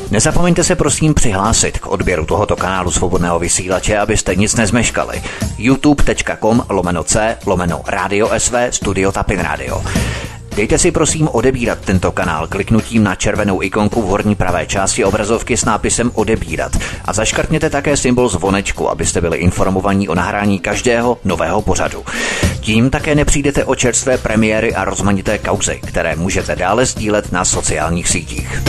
Nezapomeňte se prosím přihlásit k odběru tohoto kanálu Svobodného vysílače, abyste nic nezmeškali. youtube.com/c/Radio SV Studio Tapin Radio. Dejte si prosím odebírat tento kanál kliknutím na červenou ikonku v horní pravé části obrazovky s nápisem odebírat a zaškrtněte také symbol zvonečku, abyste byli informovaní o nahrání každého nového pořadu. Tím také nepřijdete o čerstvé premiéry a rozmanité kauzy, které můžete dále sdílet na sociálních sítích.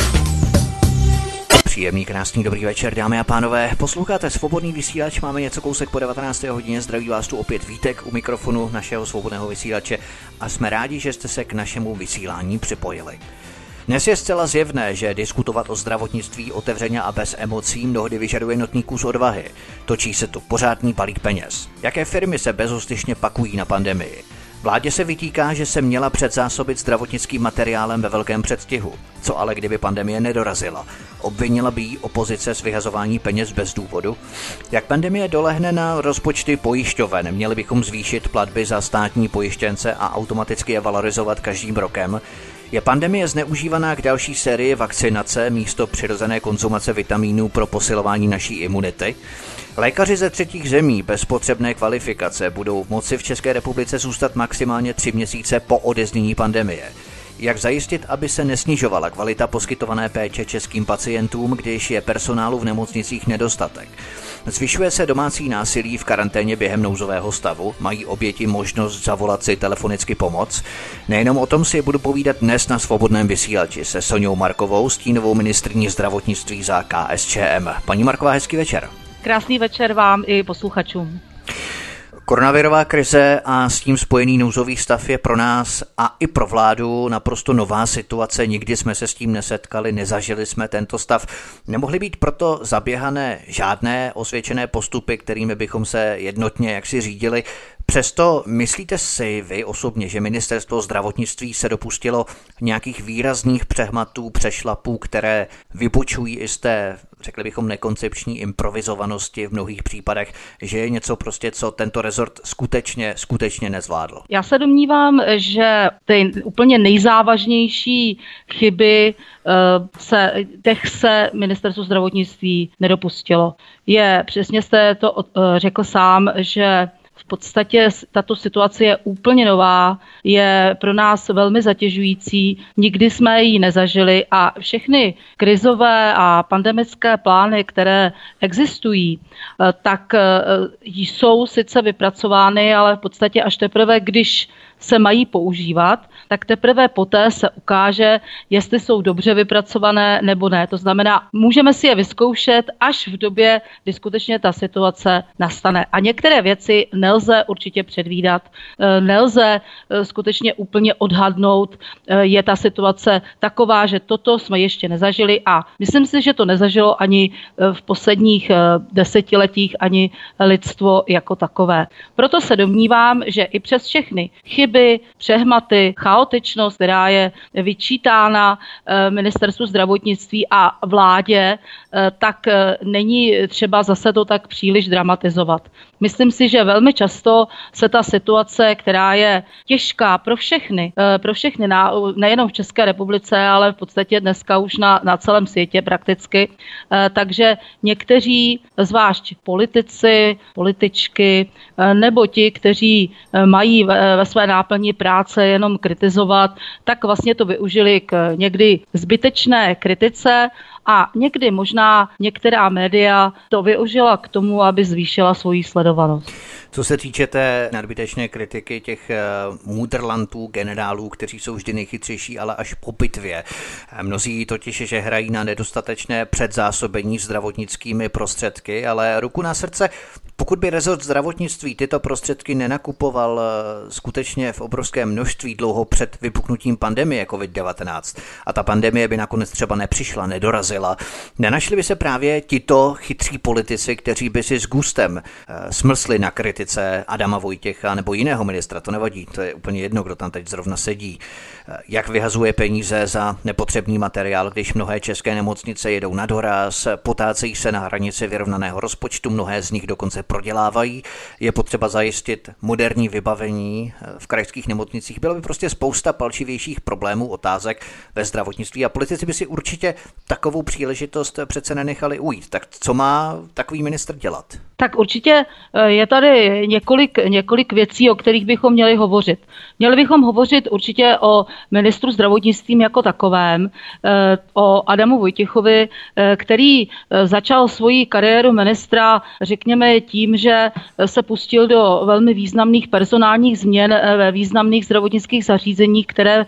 Příjemný, krásný, dobrý večer, dámy a pánové. Posloucháte Svobodný vysílač, máme něco kousek po 19. hodině, zdraví vás tu opět Vítek u mikrofonu našeho Svobodného vysílače a jsme rádi, že jste se k našemu vysílání připojili. Dnes je zcela zjevné, že diskutovat o zdravotnictví otevřeně a bez emocí mnohdy vyžaduje notný kus odvahy. Točí se tu pořádný balík peněz. Jaké firmy se bezostyšně pakují na pandemii? Vládě se vytýká, že se měla předzásobit zdravotnickým materiálem ve velkém předstihu. Co ale kdyby pandemie nedorazila? Obvinila by jí opozice z vyhazování peněz bez důvodu? Jak pandemie dolehne na rozpočty pojišťoven, měli bychom zvýšit platby za státní pojištěnce a automaticky je valorizovat každým rokem? Je pandemie zneužívaná k další sérii vakcinace místo přirozené konzumace vitamínů pro posilování naší imunity? Lékaři ze třetích zemí bez potřebné kvalifikace budou moci v České republice zůstat maximálně 3 měsíce po odeznění pandemie. Jak zajistit, aby se nesnižovala kvalita poskytované péče českým pacientům, když je personálu v nemocnicích nedostatek? Zvyšuje se domácí násilí v karanténě během nouzového stavu? Mají oběti možnost zavolat si telefonicky pomoc? Nejenom o tom si budu povídat dnes na Svobodném vysílači se Soňou Markovou, stínovou ministryní zdravotnictví za KSČM. Paní Marková, hezký večer. Krásný večer vám i posluchačům. Koronavirová krize a s tím spojený nouzový stav je pro nás a i pro vládu naprosto nová situace. Nikdy jsme se s tím nesetkali, nezažili jsme tento stav. Nemohly být proto zaběhané žádné osvědčené postupy, kterými bychom se jednotně jaksi řídili. Přesto myslíte si vy osobně, že ministerstvo zdravotnictví se dopustilo nějakých výrazných přehmatů, přešlapů, které vybočují i z té, řekli bychom, nekoncepční improvizovanosti v mnohých případech, že je něco prostě, co tento rezort skutečně nezvládl? Já se domnívám, že ty úplně nejzávažnější chyby se ministerstvo zdravotnictví nedopustilo. Přesně jste to řekl sám, že v podstatě tato situace je úplně nová, je pro nás velmi zatěžující, nikdy jsme ji nezažili a všechny krizové a pandemické plány, které existují, tak jsou sice vypracovány, ale v podstatě až teprve, když se mají používat, tak teprve poté se ukáže, jestli jsou dobře vypracované nebo ne. To znamená, můžeme si je vyzkoušet až v době, kdy skutečně ta situace nastane. A některé věci nelze určitě předvídat, nelze skutečně úplně odhadnout. Je ta situace taková, že toto jsme ještě nezažili a myslím si, že to nezažilo ani v posledních desetiletích, ani lidstvo jako takové. Proto se domnívám, že i přes všechny chyby, přehmaty, chaotičnost, která je vyčítána ministerstvu zdravotnictví a vládě, tak není třeba zase to tak příliš dramatizovat. Myslím si, že velmi často se ta situace, která je těžká pro všechny, nejenom v České republice, ale v podstatě dneska už na celém světě prakticky, takže někteří, zvlášť politici, političky, nebo ti, kteří mají ve své náplni práce jenom kritizovat, tak vlastně to využili k někdy zbytečné kritice a někdy možná některá média to využila k tomu, aby zvýšila svoji sledovanost. Co se týče té nadbytečné kritiky těch mudrlantů, generálů, kteří jsou vždy nejchytřejší, ale až po bitvě. Mnozí totiž, že hrají na nedostatečné předzásobení zdravotnickými prostředky, ale ruku na srdce, pokud by rezort zdravotnictví tyto prostředky nenakupoval skutečně v obrovském množství dlouho před vypuknutím pandemie COVID-19 a ta pandemie by nakonec třeba nepřišla, nedorazila, nenašli by se právě tito chytří politici, kteří by si s gustem smlsli na kritice Adama Vojtěcha nebo jiného ministra, to nevadí, to je úplně jedno, kdo tam teď zrovna sedí. Jak vyhazuje peníze za nepotřebný materiál, když mnohé české nemocnice jedou na doraz, potácejí se na hranici vyrovnaného rozpočtu, mnohé z nich dokonce prodělávají. Je potřeba zajistit moderní vybavení v krajských nemocnicích. Bylo by prostě spousta palčivějších problémů, otázek ve zdravotnictví a politici by si určitě takovou příležitost přece nenechali ujít. Tak co má takový ministr dělat? Tak určitě je tady několik věcí, o kterých bychom měli hovořit. Měli bychom hovořit určitě o ministru zdravotnictví jako takovém, o Adamu Vojtěchovi, který začal svoji kariéru ministra, řekněme, tím, že se pustil do velmi významných personálních změn ve významných zdravotnických zařízeních, které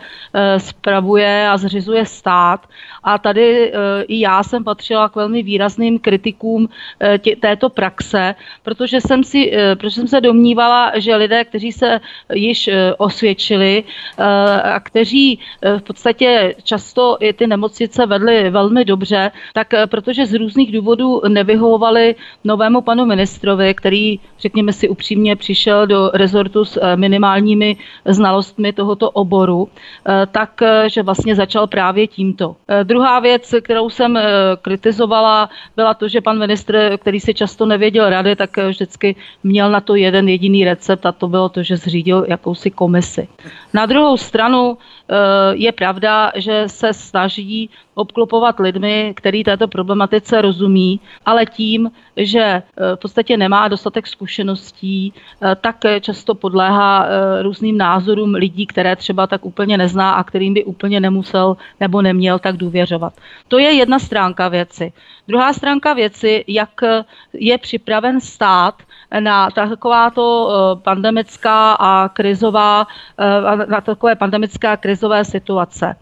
spravuje a zřizuje stát. A tady i já jsem patřila k velmi výrazným kritikům této praxe, protože jsem se domnívala, že lidé, kteří se již osvědčili a kteří v podstatě často i ty nemocnice vedli velmi dobře, tak protože z různých důvodů nevyhovovali novému panu ministrovi, který, řekněme si upřímně, přišel do rezortu s minimálními znalostmi tohoto oboru, takže vlastně začal právě tímto. Druhá věc, kterou jsem kritizovala, byla to, že pan ministr, který si často nevěděl rady, tak vždycky měl na to jeden jediný recept a to bylo to, že zřídil jakousi komisi. Na druhou stranu je pravda, že se snaží obklopovat lidmi, kteří této problematice rozumí, ale tím, že v podstatě nemá dostatek zkušeností, tak často podléhá různým názorům lidí, které třeba tak úplně nezná a kterým by úplně nemusel nebo neměl tak důvěřovat. To je jedna stránka věci. Druhá stránka věci, jak je připraven stát na takováto pandemická a krizová, na takové pandemické a krizové situace.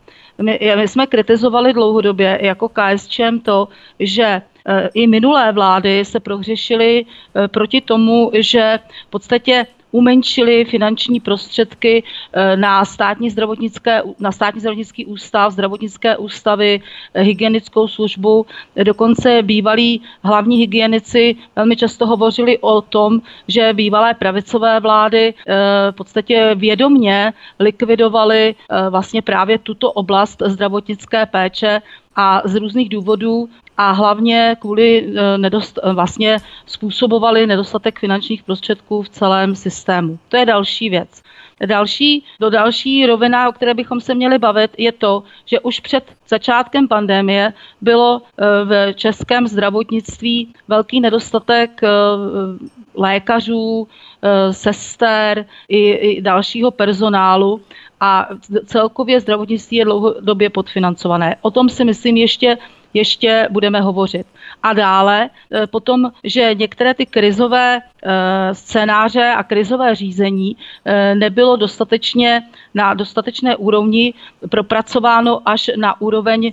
My jsme kritizovali dlouhodobě jako KSČM to, že i minulé vlády se prohřešily proti tomu, že v podstatě umenšili finanční prostředky na státní zdravotnický ústav, zdravotnické ústavy, hygienickou službu. Dokonce bývalí hlavní hygienici velmi často hovořili o tom, že bývalé pravicové vlády v podstatě vědomě likvidovaly vlastně právě tuto oblast zdravotnické péče a z různých důvodů a hlavně kvůli vlastně způsobovali nedostatek finančních prostředků v celém systému. To je další věc. Další rovina, o které bychom se měli bavit, je to, že už před začátkem pandemie bylo v českém zdravotnictví velký nedostatek lékařů, sester i dalšího personálu a celkově zdravotnictví je dlouhodobě podfinancované. O tom si myslím ještě budeme hovořit. A dále potom, že některé ty krizové scénáře a krizové řízení nebylo na dostatečné úrovni propracováno až na úroveň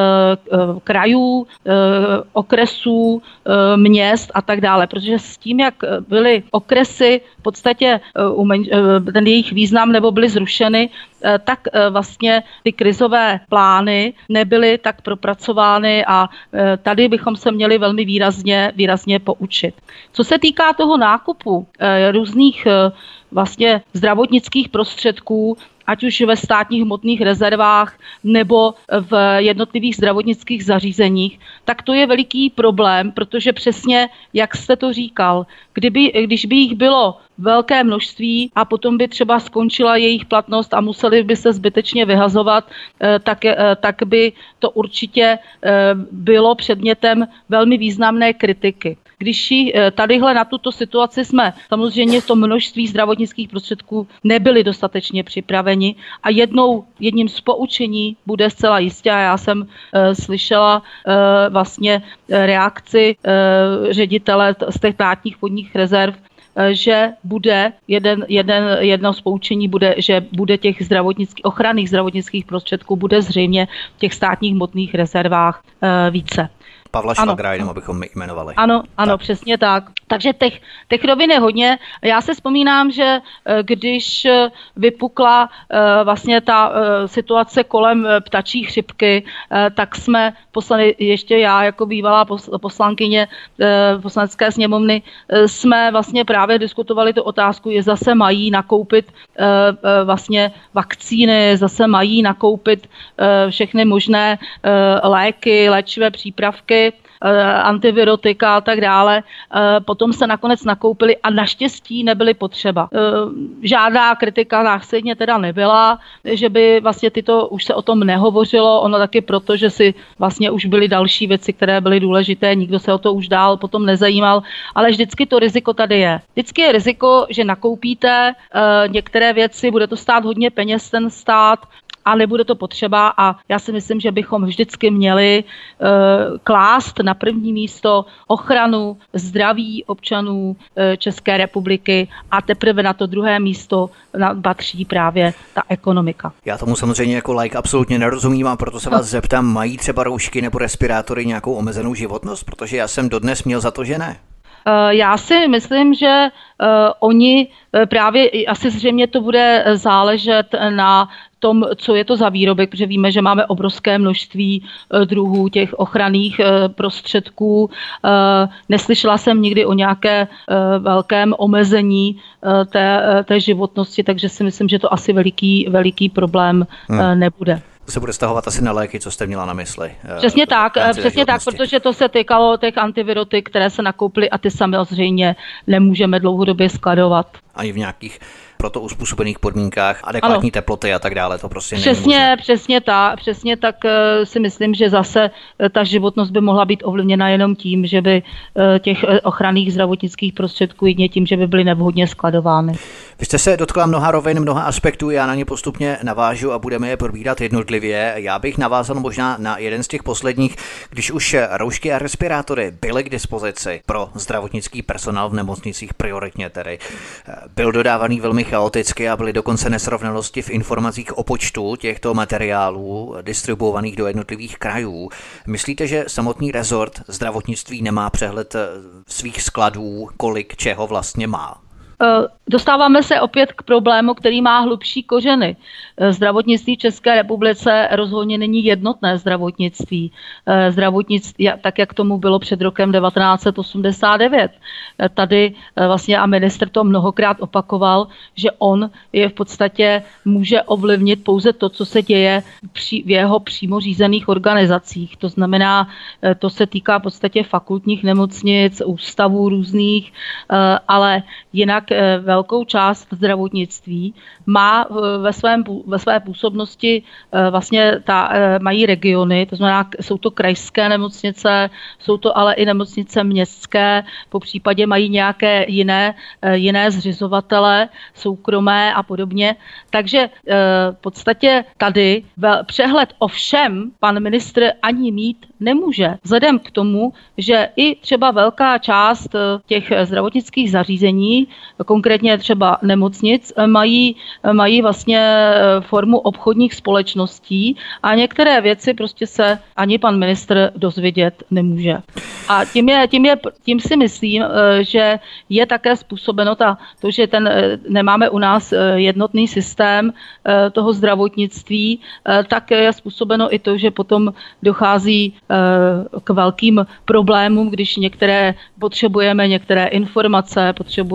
krajů, okresů, měst a tak dále. Protože s tím, jak byly okresy v podstatě ten jejich význam nebo byly zrušeny, tak vlastně ty krizové plány nebyly tak propracovány a tady bychom se měli velmi výrazně poučit. Co se týká toho nákupu různých vlastně zdravotnických prostředků, ať už ve státních hmotných rezervách nebo v jednotlivých zdravotnických zařízeních, tak to je veliký problém, protože přesně, jak jste to říkal, když by jich bylo velké množství a potom by třeba skončila jejich platnost a museli by se zbytečně vyhazovat, tak by to určitě bylo předmětem velmi významné kritiky. Když tadyhle na tuto situaci jsme samozřejmě to množství zdravotnických prostředků nebyli dostatečně připraveni a jedním z poučení bude zcela jistě, a já jsem slyšela vlastně reakci ředitele z těch státních vodních rezerv, že bude jedno z poučení bude, že bude těch ochranných zdravotnických prostředků bude zřejmě v těch státních hmotných rezervách více. Pavla Švagra, jenom abychom jmenovali. Ano, přesně tak. Takže těch rovin je hodně. Já si vzpomínám, že když vypukla vlastně ta situace kolem ptačí chřipky, tak jsme poslali, ještě já jako bývalá poslankyně poslanecké sněmovny, jsme vlastně právě diskutovali tu otázku, že zase mají nakoupit vlastně vakcíny, zase mají nakoupit všechny možné léky, léčivé přípravky. antivirotika a tak dále, potom se nakonec nakoupily a naštěstí nebyly potřeba. Žádná kritika následně teda nebyla, že by vlastně už se o tom nehovořilo, ono taky proto, že si vlastně už byly další věci, které byly důležité, nikdo se o to už dál potom nezajímal, ale vždycky to riziko tady je. Vždycky je riziko, že nakoupíte některé věci, bude to stát hodně peněz ten stát, a nebude to potřeba a já si myslím, že bychom vždycky měli klást na první místo ochranu zdraví občanů České republiky a teprve na to druhé místo patří právě ta ekonomika. Já tomu samozřejmě jako laik absolutně nerozumím a proto se vás zeptám, mají třeba roušky nebo respirátory nějakou omezenou životnost? Protože já jsem dodnes měl za to, že ne. Já si myslím, že oni právě asi zřejmě to bude záležet na tom, co je to za výrobek, protože víme, že máme obrovské množství druhů těch ochranných prostředků. Neslyšela jsem nikdy o nějaké velkém omezení té životnosti, takže si myslím, že to asi veliký problém nebude. To se bude stahovat asi na léky, co jste měla na mysli. Přesně tak, protože to se týkalo těch antivirotik, které se nakoupily a ty samozřejmě nemůžeme dlouhodobě skladovat. Ani v nějakých proto uspůsobených podmínkách, adekvátní teploty a tak dále, to prostě není Přesně tak si myslím, že zase ta životnost by mohla být ovlivněna jenom tím, že by těch ochranných zdravotnických prostředků jedně tím, že by byly nevhodně skladovány. Vy jste se dotkla mnoha rovin, mnoha aspektů, já na ně postupně navážu a budeme je probírat jednotlivě. Já bych navázal možná na jeden z těch posledních, když už roušky a respirátory byly k dispozici pro zdravotnický personál v nemocnicích prioritně tedy. Byl dodávaný velmi chaoticky a byly dokonce nesrovnalosti v informacích o počtu těchto materiálů distribuovaných do jednotlivých krajů. Myslíte, že samotný rezort zdravotnictví nemá přehled svých skladů, kolik čeho vlastně má? Dostáváme se opět k problému, který má hlubší kořeny. Zdravotnictví v České republice rozhodně není jednotné zdravotnictví. Zdravotnictví, tak jak tomu bylo před rokem 1989. Tady vlastně a ministr to mnohokrát opakoval, že on je v podstatě může ovlivnit pouze to, co se děje v jeho přímo řízených organizacích. To znamená, to se týká v podstatě fakultních nemocnic, ústavů různých, ale jinak velkou část zdravotnictví má ve své působnosti vlastně mají regiony, to znamená, jsou to krajské nemocnice, jsou to ale i nemocnice městské, po případě mají nějaké jiné zřizovatele, soukromé a podobně. Takže v podstatě tady přehled o všem pan ministr ani mít nemůže. Vzhledem k tomu, že i třeba velká část těch zdravotnických zařízení, konkrétně třeba nemocnic, mají vlastně formu obchodních společností a některé věci prostě se ani pan ministr dozvědět nemůže. A tím si myslím, že je také způsobeno to, že nemáme u nás jednotný systém toho zdravotnictví, tak je způsobeno i to, že potom dochází k velkým problémům, když potřebujeme některé informace,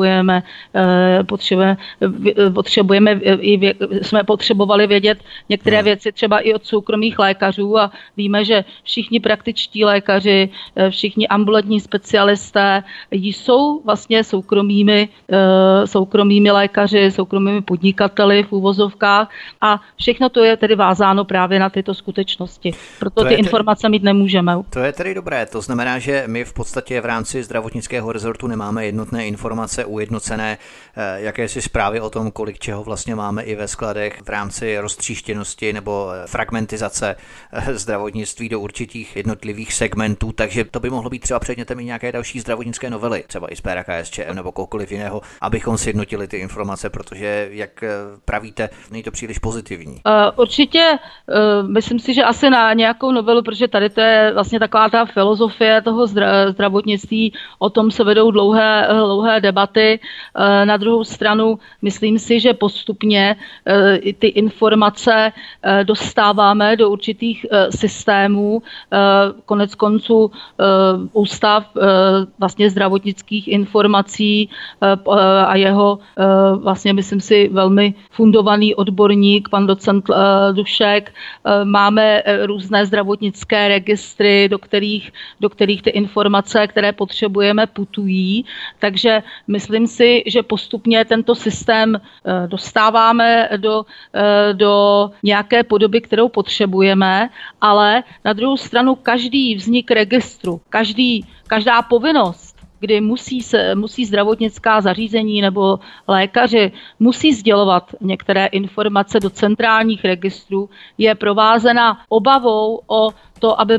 jsme potřebovali vědět některé věci třeba i od soukromých lékařů a víme, že všichni praktičtí lékaři, všichni ambulantní specialisté jsou vlastně soukromými lékaři, soukromými podnikateli v uvozovkách a všechno to je tedy vázáno právě na tyto skutečnosti. Proto ty informace mít nemůžeme. To je tedy dobré, to znamená, že my v podstatě v rámci zdravotnického rezortu nemáme jednotné informace, ujednocené jakési zprávy o tom, kolik čeho vlastně máme i ve skladech v rámci roztříštěnosti nebo fragmentizace zdravotnictví do určitých jednotlivých segmentů, takže to by mohlo být třeba předmětem i nějaké další zdravotnické novely, třeba i z péra KSČM nebo kohokoliv jiného, abychom sjednotili ty informace, protože, jak pravíte, není to příliš pozitivní. Určitě myslím si, že asi na nějakou novelu, protože tady to je vlastně taková ta filozofie toho zdravotnictví, o tom se vedou dlouhé debaty. Na druhou stranu myslím si, že postupně ty informace dostáváme do určitých systémů. Konec konců Ústav vlastně zdravotnických informací a jeho vlastně myslím si velmi fundovaný odborník, pan docent Dušek. Máme různé zdravotnické registry, do kterých ty informace, které potřebujeme, putují. Takže myslím si, že postupně tento systém dostáváme do nějaké podoby, kterou potřebujeme, ale na druhou stranu každý vznik registru, každá povinnost, kdy musí zdravotnická zařízení nebo lékaři musí sdělovat některé informace do centrálních registrů, je provázena obavou o to, aby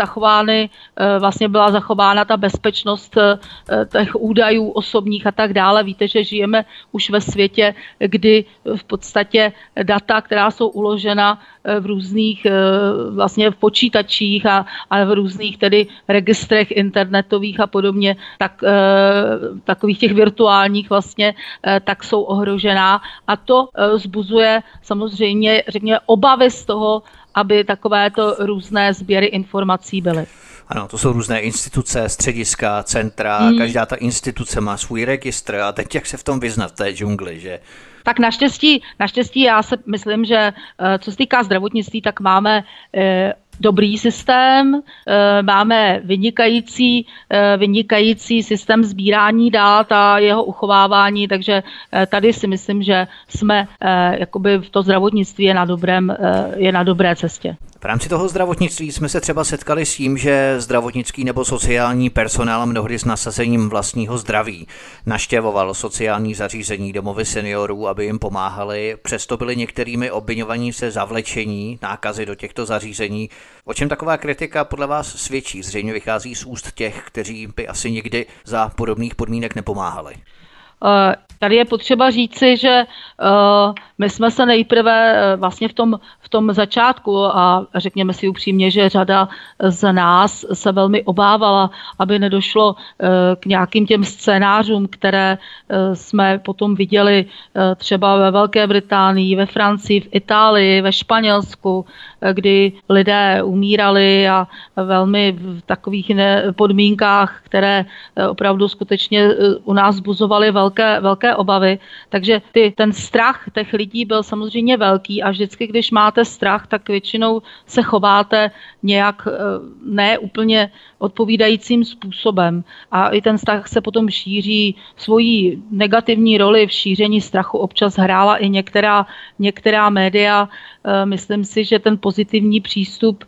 byla zachována ta bezpečnost těch údajů osobních a tak dále. Víte, že žijeme už ve světě, kdy v podstatě data, která jsou uložena v různých vlastně v počítačích a v různých tedy registrech internetových a podobně, tak takových těch virtuálních vlastně, tak jsou ohrožená. A to vzbuzuje samozřejmě, řekněme, obavy z toho, aby takovéto různé sběry informací byly. Ano, to jsou různé instituce, střediska, centra, každá ta instituce má svůj registr a teď jak se v tom vyznat v té džungli, že? Tak naštěstí já si myslím, že co se týká zdravotnictví, tak máme dobrý systém, máme vynikající systém sbírání dat a jeho uchovávání, takže tady si myslím, že jsme jakoby v to zdravotnictví je na dobré cestě. V rámci toho zdravotnictví jsme se třeba setkali s tím, že zdravotnický nebo sociální personál mnohdy s nasazením vlastního zdraví navštěvoval sociální zařízení, domovy seniorů, aby jim pomáhali. Přesto byli některými obviňovaní se zavlečení nákazy do těchto zařízení. O čem taková kritika podle vás svědčí? Zřejmě vychází z úst těch, kteří by asi nikdy za podobných podmínek nepomáhali. Tady je potřeba říci, že my jsme se nejprve vlastně v tom začátku a řekněme si upřímně, že řada z nás se velmi obávala, aby nedošlo k nějakým těm scénářům, které jsme potom viděli třeba ve Velké Británii, ve Francii, v Itálii, ve Španělsku, kdy lidé umírali a velmi v takových podmínkách, které opravdu skutečně u nás vzbuzovaly velké obavy. Takže ten strach těch lidí byl samozřejmě velký a vždycky, když máte strach, tak většinou se chováte nějak ne úplně odpovídajícím způsobem. A i ten strach se potom šíří. Svoji negativní roli v šíření strachu občas hrála i některá média. Myslím si, že ten pozitivní přístup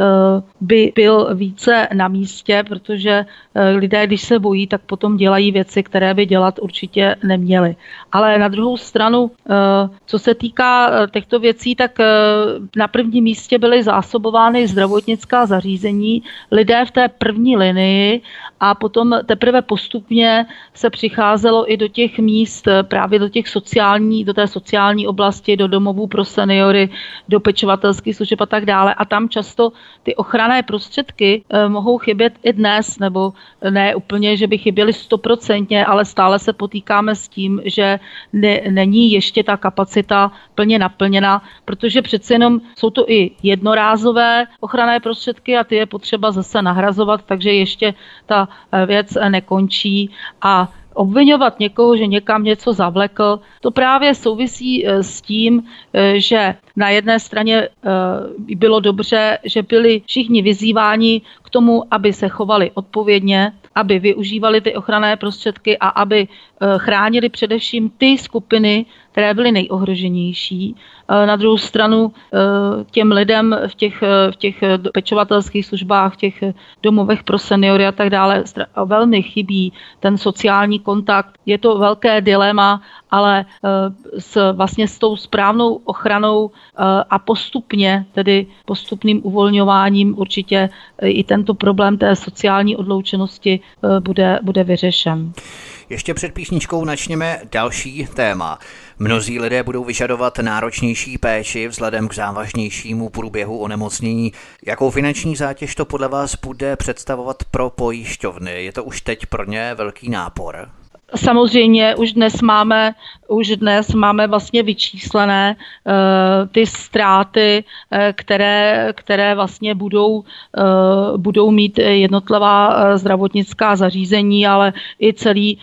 by byl více na místě, protože lidé, když se bojí, tak potom dělají věci, které by dělat určitě neměli. Ale na druhou stranu, co se týká těchto věcí, tak na prvním místě byly zásobovány zdravotnická zařízení, lidé v té první linii a potom teprve postupně se přicházelo i do těch míst, právě do té sociální oblasti, do domovů pro seniory, do pečovatelských služeb a tak dále. A tam často ty ochranné prostředky mohou chybět i dnes, nebo ne úplně, že by chyběly 100%, ale stále se potýkáme s tím, že není ještě ta kapacita plně naplněna, protože přece jenom jsou to i jednorázové ochranné prostředky a ty je potřeba zase nahrazovat, takže ještě ta věc nekončí a obviňovat někoho, že někam něco zavlekl, to právě souvisí s tím, že na jedné straně bylo dobře, že byli všichni vyzýváni k tomu, aby se chovali odpovědně, aby využívali ty ochranné prostředky a aby chránili především ty skupiny, které byly nejohroženější. Na druhou stranu těm lidem v těch pečovatelských službách, v těch domovech pro seniory a tak dále velmi chybí ten sociální kontakt. Je to velké dilema, ale vlastně s tou správnou ochranou a postupným uvolňováním určitě i tento problém té sociální odloučenosti bude vyřešen. Ještě před písničkou načněme další téma. Mnozí lidé budou vyžadovat náročnější péči vzhledem k závažnějšímu průběhu onemocnění. Jakou finanční zátěž to podle vás bude představovat pro pojišťovny? Je to už teď pro ně velký nápor? samozřejmě už dnes máme vlastně vyčíslené ty ztráty, které vlastně budou mít jednotlivá zdravotnická zařízení, ale i celý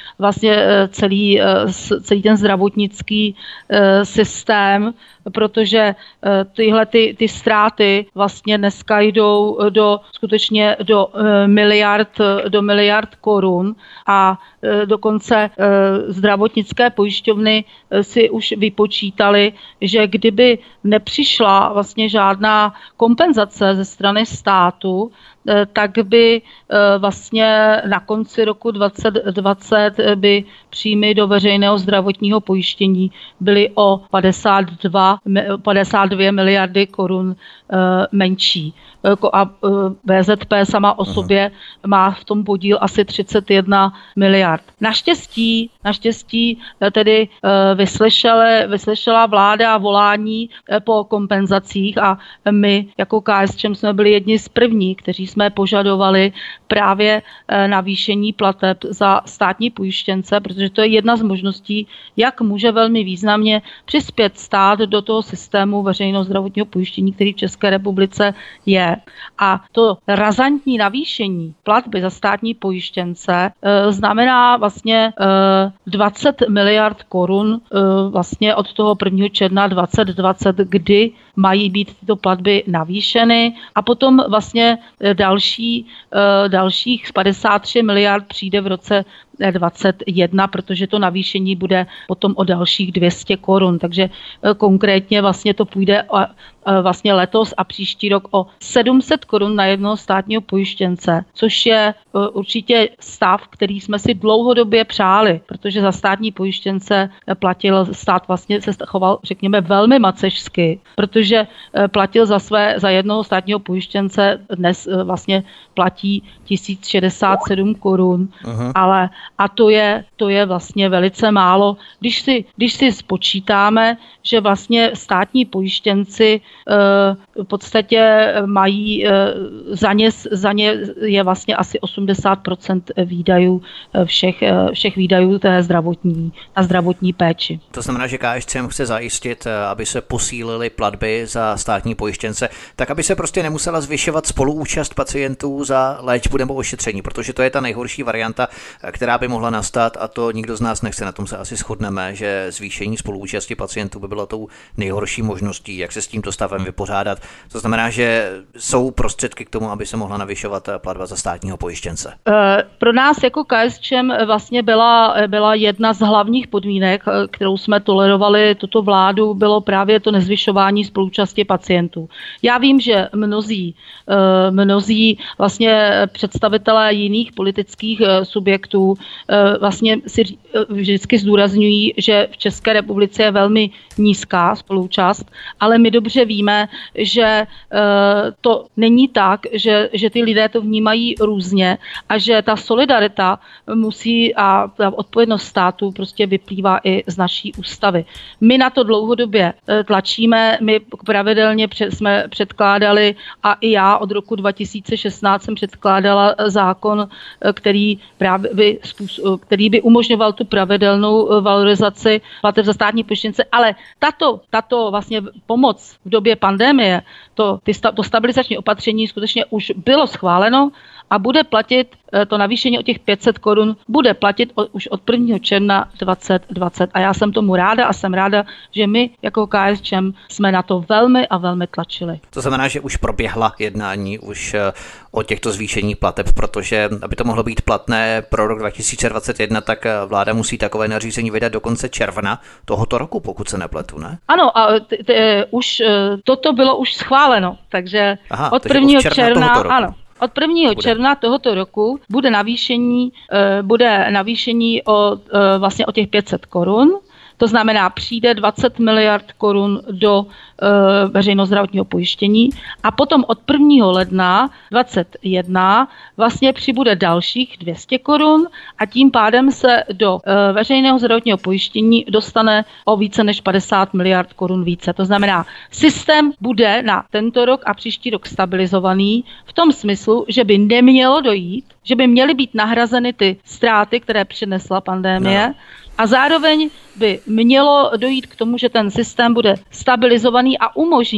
ten zdravotnický systém, protože ty ztráty vlastně dneska jdou skutečně do miliard korun a dokonce zdravotnické pojišťovny si už vypočítaly, že kdyby nepřišla vlastně žádná kompenzace ze strany státu, tak by vlastně na konci roku 2020 by příjmy do veřejného zdravotního pojištění byly o 52 miliardy korun menší. A VZP sama o sobě má v tom podíl asi 31 miliard. Naštěstí tedy vyslyšela vláda volání po kompenzacích a my jako KSČM jsme byli jedni z prvních, kteří jsme požadovali právě navýšení plateb za státní pojištěnce, protože to je jedna z možností, jak může velmi významně přispět stát do toho systému veřejného zdravotního pojištění, který v České republice je. A to razantní navýšení platby za státní pojištěnce znamená vlastně 20 miliard korun vlastně od toho 1. června 2020, kdy mají být tyto platby navýšeny a potom vlastně dalších 53 miliard přijde v roce 2021, protože to navýšení bude potom o dalších 200 korun. Takže konkrétně vlastně to půjde vlastně letos a příští rok o 700 korun na jednoho státního pojištěnce, což je určitě stav, který jsme si dlouhodobě přáli, protože za státní pojištěnce platil stát, vlastně se choval, řekněme, velmi macešsky, protože platil za jednoho státního pojištěnce dnes vlastně platí 1067 korun, ale a to je vlastně velice málo. Když si spočítáme, že vlastně státní pojištěnci v podstatě mají za ně je vlastně asi 80% výdajů všech výdajů té zdravotní péči. To znamená, že KSČM chce zajistit, aby se posílily platby za státní pojištěnce, tak aby se prostě nemusela zvyšovat spoluúčast pacientů za léčbu nebo ošetření, protože to je ta nejhorší varianta, která by mohla nastat a to nikdo z nás nechce. Na tom se asi shodneme, že zvýšení spoluúčasti pacientů by bylo tou nejhorší možností, jak se s tímto stavem vypořádat. To znamená, že jsou prostředky k tomu, aby se mohla navyšovat platba za státního pojištěnce. Pro nás jako KSČM vlastně byla jedna z hlavních podmínek, kterou jsme tolerovali tuto vládu, bylo právě to nezvyšování spoluúčasti pacientů. Já vím, že mnozí vlastně představitelé jiných politických subjektů vlastně si vždycky zdůrazňují, že v České republice je velmi nízká spoluúčast, ale my dobře víme, že to není tak, že ty lidé to vnímají různě a že ta solidarita a ta odpovědnost státu prostě vyplývá i z naší ústavy. My na to dlouhodobě tlačíme, my pravidelně jsme předkládali a i já od roku 2016 jsem předkládala zákon, který by umožňoval tu pravidelnou valorizaci plateb za státní pojištěnce, ale tato vlastně pomoc v době pandemie, to stabilizační opatření skutečně už bylo schváleno a bude platit to navýšení o těch 500 korun, bude platit už od 1. června 2020. A já jsem tomu ráda a jsem ráda, že my jako KSČM jsme na to velmi a velmi tlačili. To znamená, že už proběhla jednání už o těchto zvýšení plateb, protože aby to mohlo být platné pro rok 2021, tak vláda musí takové nařízení vydat do konce června tohoto roku, pokud se nepletu, ne? Ano, a už toto bylo už schváleno, takže od 1. června, ano. Od 1. června tohoto roku bude navýšení vlastně o těch 500 korun, To znamená, přijde 20 miliard korun do veřejného zdravotního pojištění a potom od 1. ledna 2021 vlastně přibude dalších 200 korun a tím pádem se do veřejného zdravotního pojištění dostane o více než 50 miliard korun více. To znamená, systém bude na tento rok a příští rok stabilizovaný v tom smyslu, že by nemělo dojít, že by měly být nahrazeny ty ztráty, které přinesla pandemie, a zároveň by mělo dojít k tomu, že ten systém bude stabilizovaný a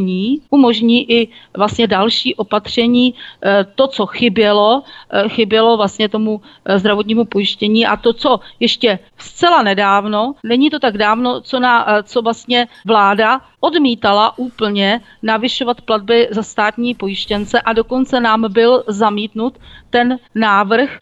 umožní i vlastně další opatření, to, co chybělo vlastně tomu zdravotnímu pojištění a to, co ještě zcela nedávno, není to tak dávno, co vlastně vláda odmítala úplně navyšovat platby za státní pojištěnce a dokonce nám byl zamítnut ten návrh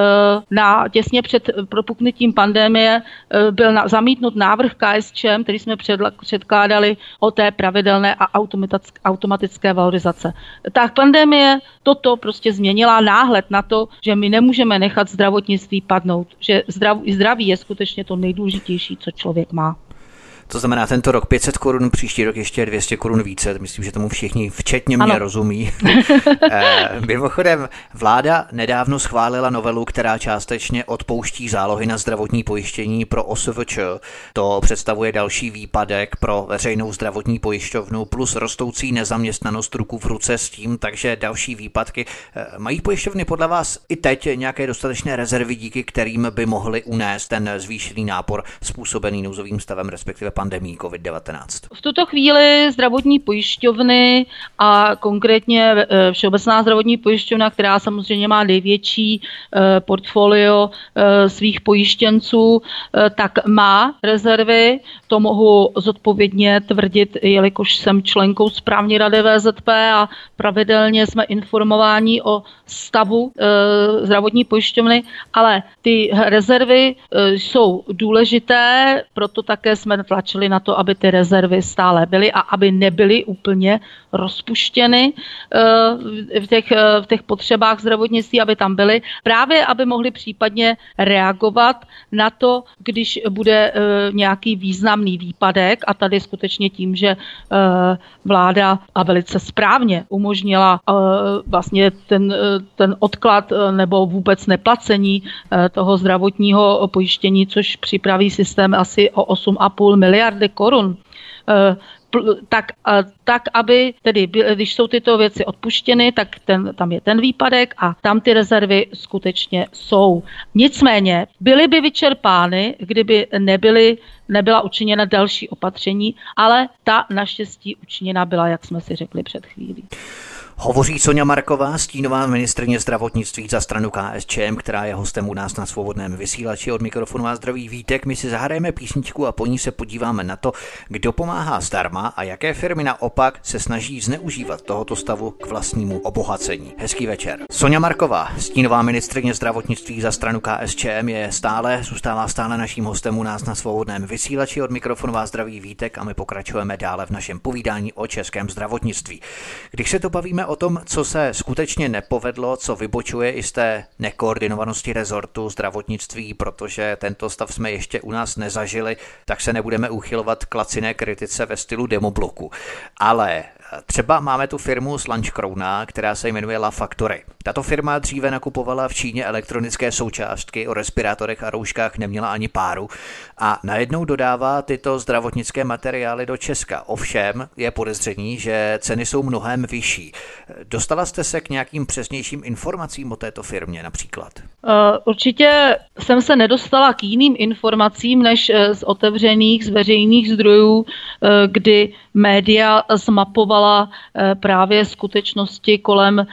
těsně před propuknutím pandemie byl zamítnut návrh KSČM, který jsme předkládali o té pravidelné a automatické valorizace. Tak pandemie toto prostě změnila náhled na to, že my nemůžeme nechat zdravotnictví padnout, že zdraví je skutečně to nejdůležitější, co člověk má. To znamená tento rok 500 korun, příští rok ještě 200 korun více. Myslím, že tomu všichni, včetně mě, rozumí. Mimochodem, vláda nedávno schválila novelu, která částečně odpouští zálohy na zdravotní pojištění pro OSVČ. To představuje další výpadek pro veřejnou zdravotní pojišťovnu plus rostoucí nezaměstnanost ruku v ruce s tím, takže další výpadky. Mají pojišťovny podle vás i teď nějaké dostatečné rezervy, díky kterým by mohly unést ten zvýšený nápor způsobený nouzovým stavem, respektive pandemii COVID-19? V tuto chvíli zdravotní pojišťovny a konkrétně Všeobecná zdravotní pojišťovna, která samozřejmě má největší portfolio svých pojištěnců, tak má rezervy. To mohu zodpovědně tvrdit, jelikož jsem členkou správní rady VZP a pravidelně jsme informováni o stavu zdravotní pojišťovny, ale ty rezervy jsou důležité, proto také jsme tlačili na to, aby ty rezervy stále byly a aby nebyly úplně rozpuštěny v těch potřebách zdravotnictví, aby tam byly, právě aby mohli případně reagovat na to, když bude nějaký významný výpadek a tady skutečně tím, že vláda a velice správně umožnila vlastně ten odklad nebo vůbec neplacení toho zdravotního pojištění, což připraví systém asi o 8,5 miliardy korun. Tak, aby tedy, když jsou tyto věci odpuštěny, tak tam je ten výpadek a tam ty rezervy skutečně jsou. Nicméně byly by vyčerpány, kdyby nebyla učiněna další opatření, ale ta naštěstí učiněna byla, jak jsme si řekli před chvílí. Hovoří Soňa Marková, stínová ministryně zdravotnictví za stranu KSČM, která je hostem u nás na Svobodném vysílači. Od mikrofonu a zdraví Vítek. My si zahrajeme písničku a po ní se podíváme na to, kdo pomáhá zdarma a jaké firmy naopak se snaží zneužívat tohoto stavu k vlastnímu obohacení. Hezký večer. Soňa Marková, stínová ministryně zdravotnictví za stranu KSČM, zůstává stále naším hostem u nás na Svobodném vysílači. Od mikrofonu a zdraví Vítek a my pokračujeme dále v našem povídání o českém zdravotnictví. Když se to bavíme o tom, co se skutečně nepovedlo, co vybočuje i z té nekoordinovanosti rezortu zdravotnictví, protože tento stav jsme ještě u nás nezažili, tak se nebudeme uchylovat k laciné kritice ve stylu demobloku. Ale třeba máme tu firmu Lunch Crowna, která se jmenuje La Factory. Tato firma dříve nakupovala v Číně elektronické součástky, o respirátorech a rouškách neměla ani páru a najednou dodává tyto zdravotnické materiály do Česka. Ovšem je podezření, že ceny jsou mnohem vyšší. Dostala jste se k nějakým přesnějším informacím o této firmě například? Určitě jsem se nedostala k jiným informacím než z otevřených, z veřejných zdrojů, kdy média zmapovala právě skutečnosti kolem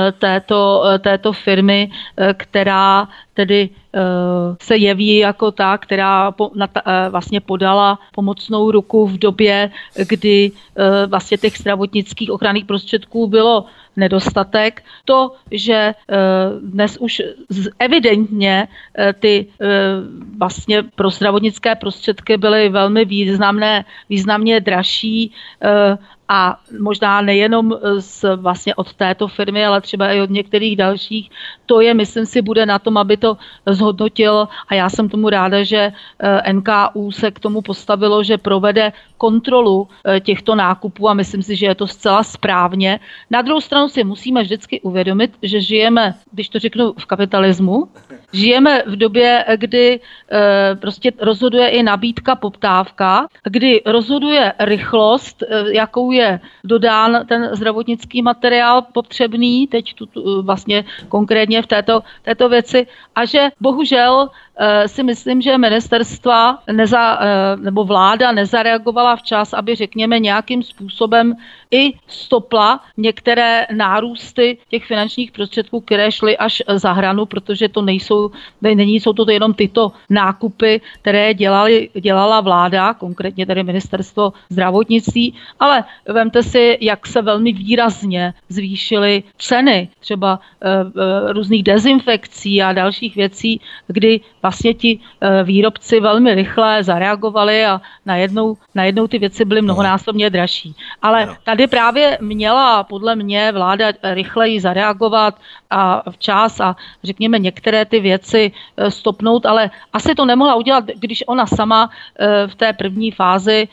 této firmy, která tedy se jeví jako ta, která vlastně podala pomocnou ruku v době, kdy vlastně těch zdravotnických ochranných prostředků bylo nedostatek. To, že dnes už evidentně ty vlastně pro zdravotnické prostředky byly velmi významně dražší a možná nejenom vlastně od této firmy, ale třeba i od některých dalších, to je, myslím si, bude na tom, aby to zhodnotil a já jsem tomu ráda, že NKÚ se k tomu postavilo, že provede kontrolu těchto nákupů a myslím si, že je to zcela správně. Na druhou stranu si musíme vždycky uvědomit, že žijeme, když to řeknu, v kapitalismu, žijeme v době, kdy prostě rozhoduje i nabídka, poptávka, kdy rozhoduje rychlost, jakou je dodán ten zdravotnický materiál potřebný, teď vlastně konkrétně v této věci, a že bohužel si myslím, že ministerstva nebo vláda nezareagovala včas, aby řekněme nějakým způsobem i stopla některé nárůsty těch finančních prostředků, které šly až za hranu, protože to jsou to jenom tyto nákupy, které dělala vláda, konkrétně tedy ministerstvo zdravotnictví, ale vemte si, jak se velmi výrazně zvýšily ceny třeba různých dezinfekcí a dalších věcí, kdy vlastně ti výrobci velmi rychle zareagovali a najednou ty věci byly mnohonásobně dražší. Ale tady právě měla podle mě vláda rychleji zareagovat a včas a řekněme některé ty věci stopnout, ale asi to nemohla udělat, když ona sama v té první fázi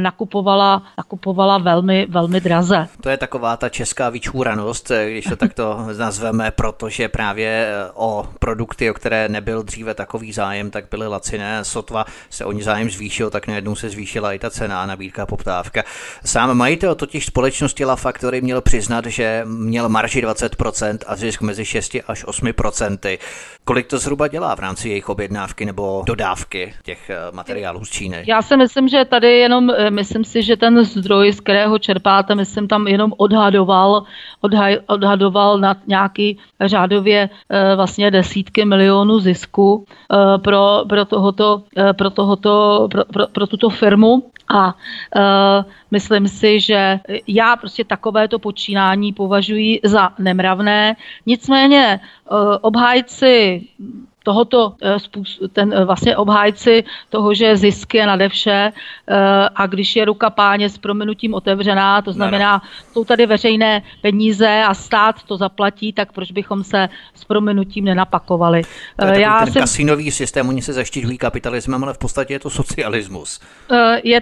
nakupovala velmi, velmi draze. To je taková ta česká vyčúranost, když to takto nazveme, protože právě o produkty, o které nebyl dříve takový zájem, tak byly laciné, sotva se o ně zájem zvýšil, tak najednou se zvýšila i ta cena, nabídka, poptávka. Sám majitel totiž společnosti La Factory měl přiznat, že měl marži 20% a zisk mezi 6 až 8%. Kolik to zhruba dělá v rámci jejich objednávky nebo dodávky těch materiálů z Číny? Já si myslím, že tady myslím si, že ten zdroj, z kterého čerpáte, myslím tam jenom odhadoval na nějaký řádově vlastně desítky milionů zisku pro tuto firmu. A myslím si, že já prostě takovéto počínání považuji za nemravné. Nicméně obhájci obhájci toho, že zisk je nade vše a když je ruka Páně s prominutím otevřená, to znamená, jsou tady veřejné peníze a stát to zaplatí, tak proč bychom se s prominutím nenapakovali. To je ten kasinový systém, oni se zaštiťují kapitalismem, ale v podstatě je to socialismus. Je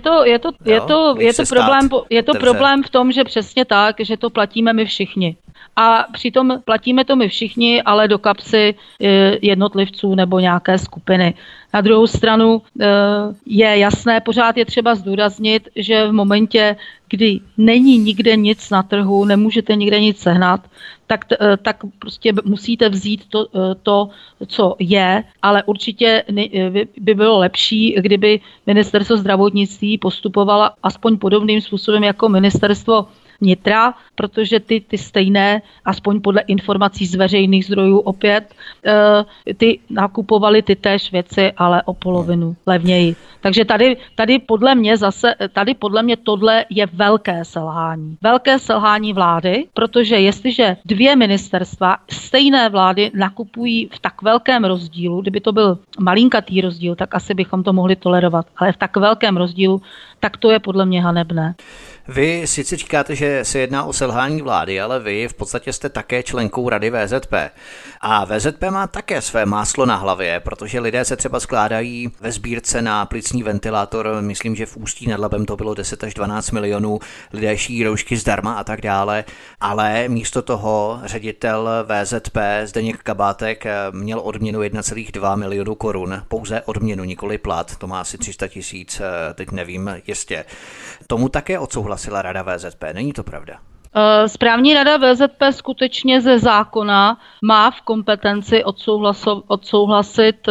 to problém v tom, že přesně tak, že to platíme my všichni. A přitom platíme to my všichni, ale do kapsy jednotlivců nebo nějaké skupiny. Na druhou stranu je jasné, pořád je třeba zdůraznit, že v momentě, kdy není nikde nic na trhu, nemůžete nikde nic sehnat, tak prostě musíte vzít to, co je, ale určitě by bylo lepší, kdyby ministerstvo zdravotnictví postupovalo aspoň podobným způsobem jako ministerstvo vnitra, protože ty stejné, aspoň podle informací z veřejných zdrojů opět, ty nakupovali ty též věci, ale o polovinu levněji. Takže tady podle mě tohle je velké selhání. Velké selhání vlády, protože jestliže dvě ministerstva stejné vlády nakupují v tak velkém rozdílu, kdyby to byl malinkatý rozdíl, tak asi bychom to mohli tolerovat, ale v tak velkém rozdílu, tak to je podle mě hanebné. Vy sice říkáte, že se jedná o selhání vlády, ale vy v podstatě jste také členkou rady VZP. A VZP má také své máslo na hlavě, protože lidé se třeba skládají ve sbírce na plicní ventilátor, myslím, že v Ústí nad Labem to bylo 10 až 12 milionů, lidé šijí roušky zdarma a tak dále, ale místo toho ředitel VZP Zdeněk Kabátek měl odměnu 1,2 milionu korun, pouze odměnu, nikoli plat, to má asi 300 000, teď nevím jistě. Tomu také odsouhlasila rada VZP, není to pravda? Správní rada VZP skutečně ze zákona má v kompetenci odsouhlasit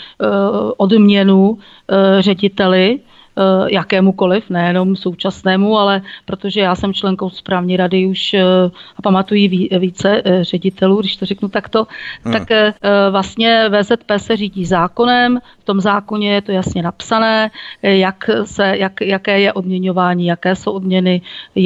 odměnu řediteli, jakémukoliv, nejenom současnému, ale protože já jsem členkou správní rady už a pamatuji více ředitelů, když to řeknu takto, tak vlastně VZP se řídí zákonem, v tom zákoně je to jasně napsané, jaké je odměňování, jaké jsou odměny,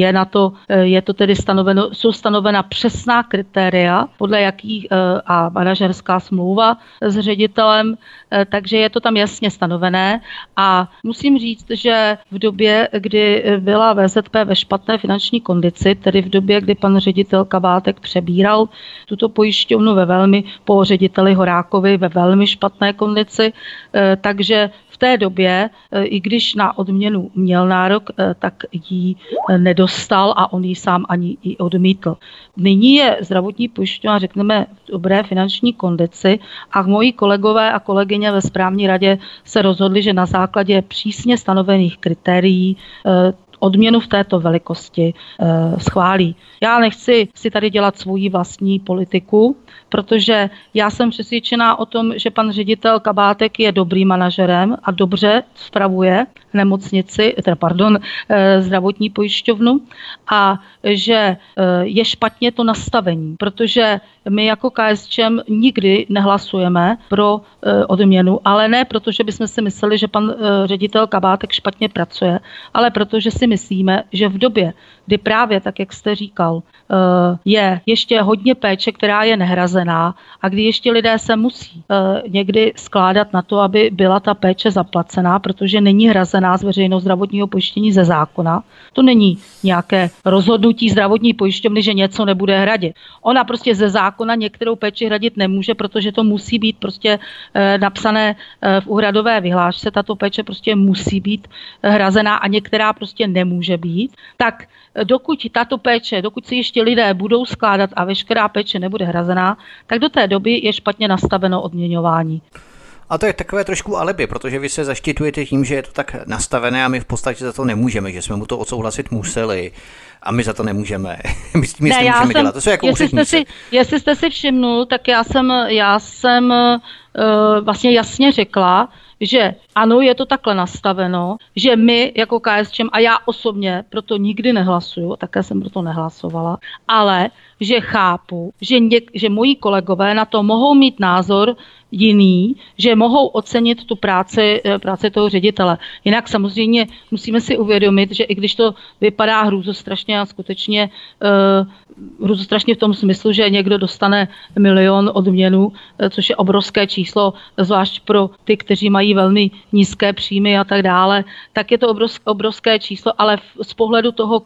je to tedy stanoveno, jsou stanovena přesná kritéria, podle jakých a manažerská smlouva s ředitelem, takže je to tam jasně stanovené a musím říct, říct, že v době, kdy byla VZP ve špatné finanční kondici, tedy v době, kdy pan ředitel Kabátek přebíral tuto pojišťovnu po řediteli Horákovi ve velmi špatné kondici, takže v té době, i když na odměnu měl nárok, tak ji nedostal a on ji sám ani i odmítl. Nyní je zdravotní pojišťovna, řekneme, v dobré finanční kondici a moji kolegové a kolegyně ve správní radě se rozhodli, že na základě přísně stanovených kritérií odměnu v této velikosti schválí. Já nechci si tady dělat svoji vlastní politiku, protože já jsem přesvědčená o tom, že pan ředitel Kabátek je dobrým manažerem a dobře spravuje zdravotní pojišťovnu a že je špatně to nastavení, protože my jako KSČM nikdy nehlasujeme pro odměnu, ale ne proto, že bychom si mysleli, že pan ředitel Kabátek špatně pracuje, ale protože si myslíme, že v době, kdy právě, tak jak jste říkal, je ještě hodně péče, která je nehrazená a kdy ještě lidé se musí někdy skládat na to, aby byla ta péče zaplacená, protože není hrazená z veřejného zdravotního pojištění ze zákona. To není nějaké rozhodnutí zdravotní pojišťovny, že něco nebude hradit. Ona prostě ze zákona některou péči hradit nemůže, protože to musí být prostě napsané v úhradové vyhlášce. Tato péče prostě musí být hrazená a některá prostě nemůže být. Tak dokud si ještě lidé budou skládat a veškerá péče nebude hrazená, tak do té doby je špatně nastaveno odměňování. A to je takové trošku alibi, protože vy se zaštiťujete tím, že je to tak nastavené a my v podstatě za to nemůžeme, že jsme mu to odsouhlasit museli a my za to nemůžeme. My s tím nic nemůžeme dělat. To jsou jako úředníci. Jestli jste si všimnul, tak já jsem vlastně jasně řekla, že ano, je to takhle nastaveno, že my jako KSČM a já osobně proto nikdy nehlasuju, také jsem proto nehlasovala, ale že chápu, že moji kolegové na to mohou mít názor jiný, že mohou ocenit tu práci toho ředitele. Jinak samozřejmě musíme si uvědomit, že i když to vypadá hrůzostrašně a skutečně hrůzostrašně v tom smyslu, že někdo dostane 1 000 000 odměnu, což je obrovské číslo, zvlášť pro ty, kteří mají velmi nízké příjmy a tak dále, tak je to obrovské číslo, ale z pohledu toho,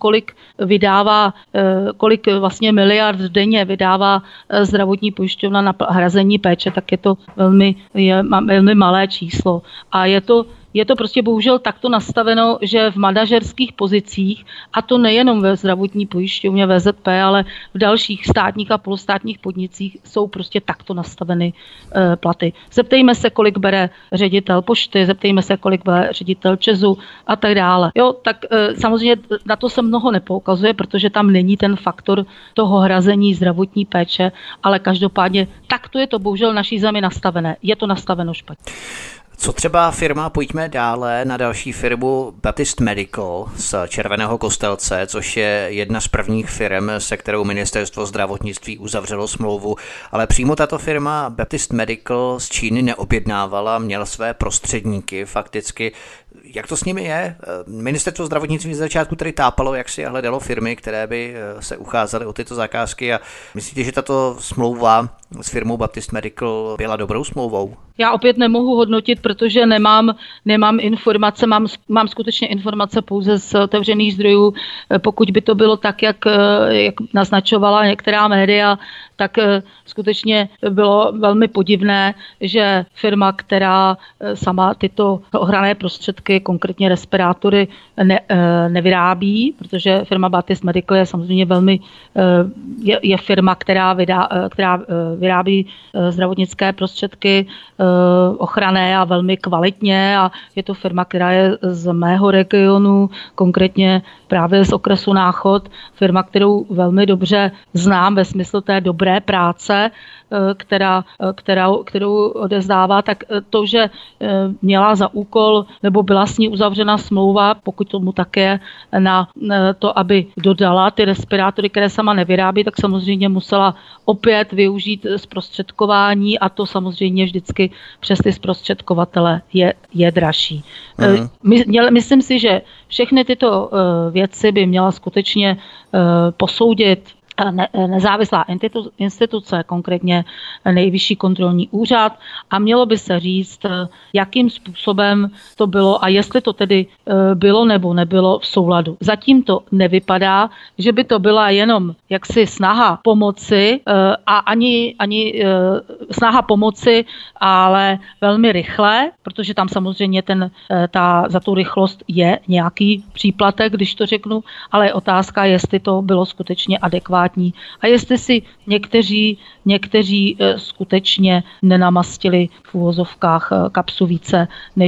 kolik vlastně miliard denně vydává zdravotní pojišťovna na hrazení péče, tak je to velmi malé číslo. A je to prostě bohužel takto nastaveno, že v manažerských pozicích, a to nejenom ve zdravotní pojišťovně VZP, ale v dalších státních a polostátních podnicích jsou prostě takto nastaveny platy. Zeptejme se, kolik bere ředitel pošty, zeptejme se, kolik bere ředitel ČEZu a tak dále. Jo, tak samozřejmě na to se mnoho nepoukazuje, protože tam není ten faktor toho hrazení zdravotní péče, ale každopádně takto je to bohužel naší zemi nastavené. Je to nastaveno špatně. Co třeba firma, pojďme dále na další firmu Baptist Medical z Červeného Kostelce, což je jedna z prvních firm, se kterou ministerstvo zdravotnictví uzavřelo smlouvu, ale přímo tato firma Baptist Medical z Číny neobjednávala, měla své prostředníky fakticky. Jak to s nimi je? Ministerstvo zdravotnictví z začátku tady tápalo, jak si hledalo firmy, které by se ucházely o tyto zakázky a myslíte, že tato smlouva s firmou Baptist Medical byla dobrou smlouvou? Já opět nemohu hodnotit, protože nemám informace, mám skutečně informace pouze z otevřených zdrojů. Pokud by to bylo tak, jak naznačovala některá média, tak skutečně bylo velmi podivné, že firma, která sama tyto ochranné prostředky, konkrétně respirátory, nevyrábí, protože firma Baptist Medical je samozřejmě je firma, která vyrábí zdravotnické prostředky ochranné a velmi kvalitně a je to firma, která je z mého regionu, konkrétně právě z okresu Náchod, firma, kterou velmi dobře znám ve smyslu té dobré práce, kterou odezdává, tak to, že měla za úkol, nebo byla s ní uzavřena smlouva, pokud tomu tak je, na to, aby dodala ty respirátory, které sama nevyrábí, tak samozřejmě musela opět využít zprostředkování a to samozřejmě vždycky přes ty zprostředkovatele je dražší. Myslím si, že všechny tyto věci by měla skutečně posoudit nezávislá instituce, konkrétně Nejvyšší kontrolní úřad, a mělo by se říct, jakým způsobem to bylo a jestli to tedy bylo nebo nebylo v souladu. Zatím to nevypadá, že by to byla jenom jaksi snaha pomoci a ani snaha pomoci, ale velmi rychle, protože tam samozřejmě za tu rychlost je nějaký příplatek, když to řeknu, ale je otázka, jestli to bylo skutečně adekvátní a jestli si někteří skutečně nenamastili v uvozovkách kapsu více,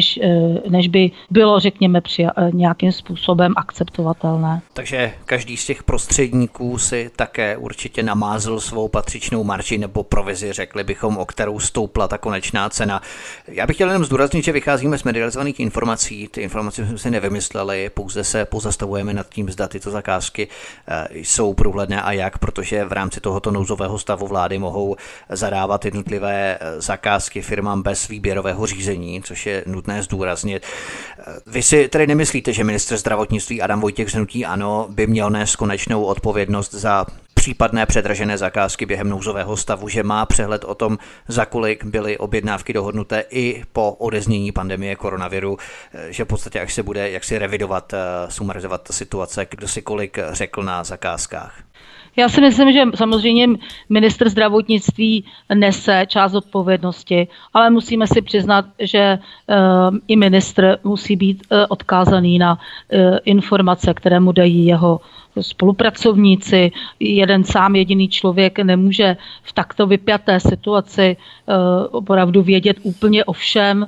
než by bylo, řekněme, nějakým způsobem akceptovatelné. Takže každý z těch prostředníků si také určitě namázl svou patřičnou marži nebo provizi, řekli bychom, o kterou stoupla ta konečná cena. Já bych chtěl jenom zdůraznit, že vycházíme z medializovaných informací. Ty informace jsme si nevymysleli, pouze se pozastavujeme nad tím, zda tyto zakázky jsou průhledné a jak, protože v rámci tohoto nouzového stavu vlády mohou zadávat jednotlivé zakázky firmám bez výběrového řízení, což je nutné zdůraznit. Vy si tedy nemyslíte, že ministr zdravotnictví Adam Vojtěch z hnutí ANO by měl nést konečnou odpovědnost za případné předražené zakázky během nouzového stavu, že má přehled o tom, za kolik byly objednávky dohodnuté i po odeznění pandemie koronaviru, že v podstatě až se bude jaksi revidovat, sumarizovat ta situace, kdo si kolik řekl na zakázkách? Já si myslím, že samozřejmě ministr zdravotnictví nese část odpovědnosti, ale musíme si přiznat, že i ministr musí být odkázaný na informace, které mu dají jeho spolupracovníci. Jeden sám jediný člověk nemůže v takto vypjaté situaci opravdu vědět úplně o všem.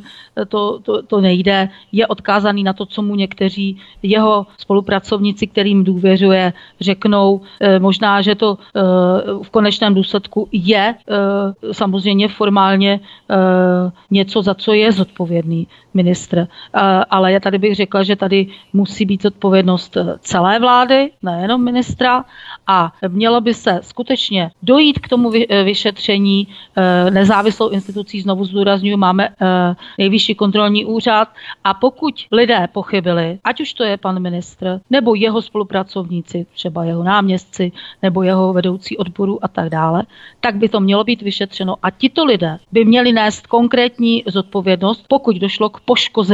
To nejde. Je odkázaný na to, co mu někteří jeho spolupracovníci, kterým důvěřuje, řeknou. Možná, že to v konečném důsledku je samozřejmě formálně něco, za co je zodpovědný ministr. Ale já tady bych řekla, že tady musí být zodpovědnost celé vlády, nejenom ministra, a mělo by se skutečně dojít k tomu vyšetření nezávislou institucí, znovu zdůrazňuji, máme Nejvyšší kontrolní úřad, a pokud lidé pochybili, ať už to je pan ministr, nebo jeho spolupracovníci, třeba jeho náměstci, nebo jeho vedoucí odboru a tak dále, tak by to mělo být vyšetřeno a tito lidé by měli nést konkrétní zodpovědnost, pokud došlo k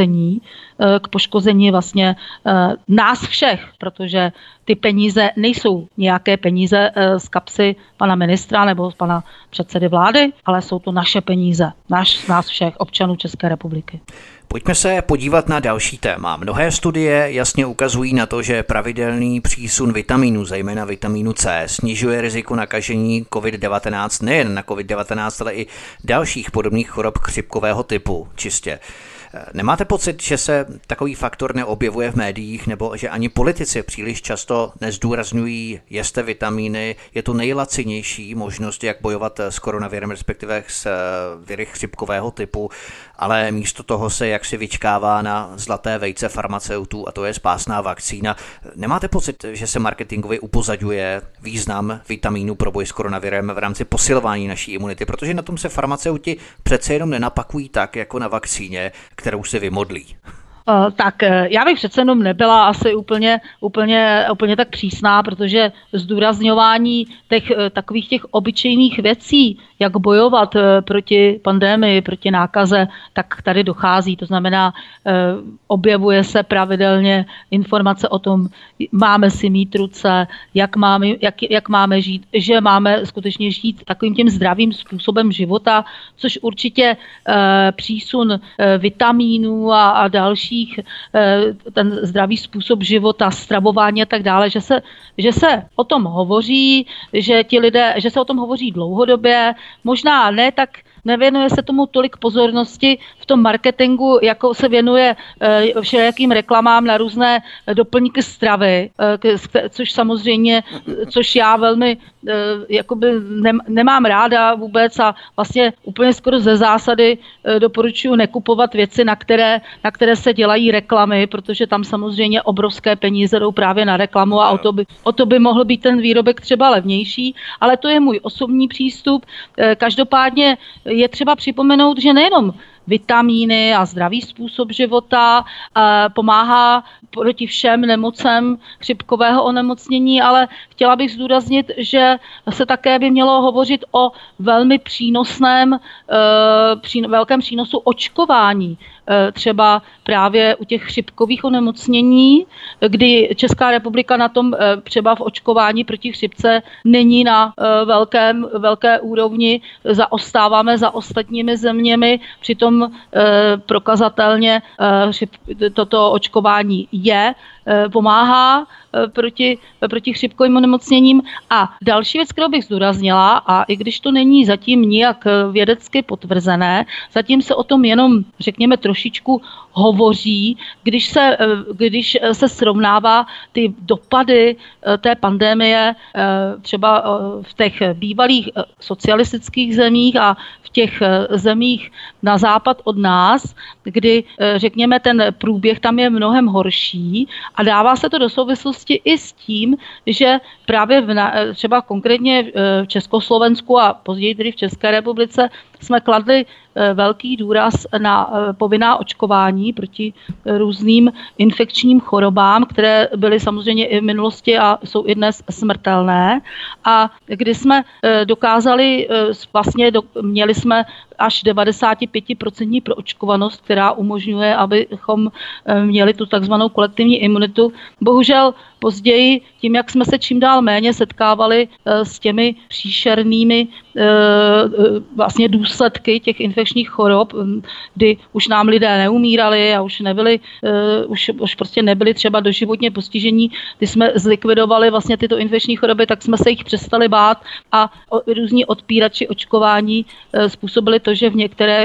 poškození vlastně nás všech, nás, ty peníze nejsou nějaké peníze z kapsy pana ministra nebo z pana předsedy vlády, ale jsou to naše peníze, nás všech občanů České republiky. Pojďme se podívat na další téma. Mnohé studie jasně ukazují na to, že pravidelný přísun vitamínu, zejména vitamínu C, snižuje riziko nakažení COVID-19, nejen na COVID-19, ale i dalších podobných chorob chřipkového typu čistě. Nemáte pocit, že se takový faktor neobjevuje v médiích, nebo že ani politici příliš často nezdůrazňují, jeste vitamíny, je to nejlacinější možnost, jak bojovat s koronavirem, respektive s viry chřipkového typu, ale místo toho se jaksi vyčkává na zlaté vejce farmaceutů, a to je spásná vakcína. Nemáte pocit, že se marketingově upozadňuje význam vitamínu pro boj s koronavirem v rámci posilování naší imunity, protože na tom se farmaceuti přece jenom nenapakují tak, jako na vakcíně, kterou si vymodlí? Tak já bych přece jenom nebyla asi úplně tak přísná, protože zdůrazňování takových těch obyčejných věcí, jak bojovat proti pandemii, proti nákaze, tak tady dochází. To znamená, objevuje se pravidelně informace o tom, máme si mít ruce, jak máme žít, že máme skutečně žít takovým tím zdravým způsobem života, což určitě přísun vitamínů a další ten zdravý způsob života, stravování a tak dále, že se o tom hovoří, že se o tom hovoří dlouhodobě, možná ne tak nevěnuje se tomu tolik pozornosti v tom marketingu, jako se věnuje všelijakým reklamám na různé doplňky stravy, což já velmi jakoby nemám ráda vůbec a vlastně úplně skoro ze zásady doporučuji nekupovat věci, na které se dělají reklamy, protože tam samozřejmě obrovské peníze jdou právě na reklamu a o to by mohl být ten výrobek třeba levnější, ale to je můj osobní přístup. Každopádně je třeba připomenout, že nejenom vitamíny a zdravý způsob života, pomáhá proti všem nemocem chřipkového onemocnění, ale chtěla bych zdůraznit, že se také by mělo hovořit o velmi přínosném, velkém přínosu očkování. Třeba právě u těch chřipkových onemocnění, kdy Česká republika na tom třeba v očkování proti chřipce není na velké úrovni, zaostáváme za ostatními zeměmi, přitom prokazatelně toto očkování pomáhá proti chřipkovým onemocněním. A další věc, kterou bych zdůraznila, a i když to není zatím nijak vědecky potvrzené, zatím se o tom jenom, řekněme, trošičku hovoří, když se srovnává ty dopady té pandemie třeba v těch bývalých socialistických zemích a v těch zemích na západ od nás, kdy, řekněme, ten průběh tam je mnohem horší a dává se to do souvislosti i s tím, že právě třeba konkrétně v Československu a později tedy v České republice jsme kladli velký důraz na povinná očkování proti různým infekčním chorobám, které byly samozřejmě i v minulosti a jsou i dnes smrtelné. A kdy jsme dokázali, měli jsme až 95% proočkovanost, která umožňuje, abychom měli tu takzvanou kolektivní imunitu. Bohužel později, tím, jak jsme se čím dál méně setkávali s těmi příšernými vlastně důsledky těch infekčních chorob, kdy už nám lidé neumírali a už prostě nebyli třeba doživotně postižení, když jsme zlikvidovali vlastně tyto infekční choroby, tak jsme se jich přestali bát a různí odpírači očkování způsobili to, že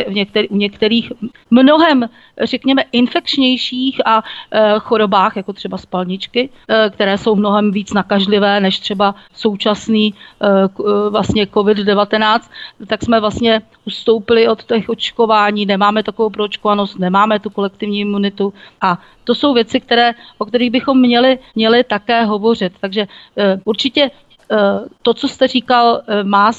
u některých mnohem, řekněme, infekčnějších a chorobách, jako třeba spalničky, které jsou mnohem víc nakažlivé než třeba současný vlastně COVID-19, tak jsme vlastně ustoupili od těch očkování, nemáme takovou proočkovanost, nemáme tu kolektivní imunitu a to jsou věci, o kterých bychom měli také hovořit. Takže určitě to, co jste říkal, má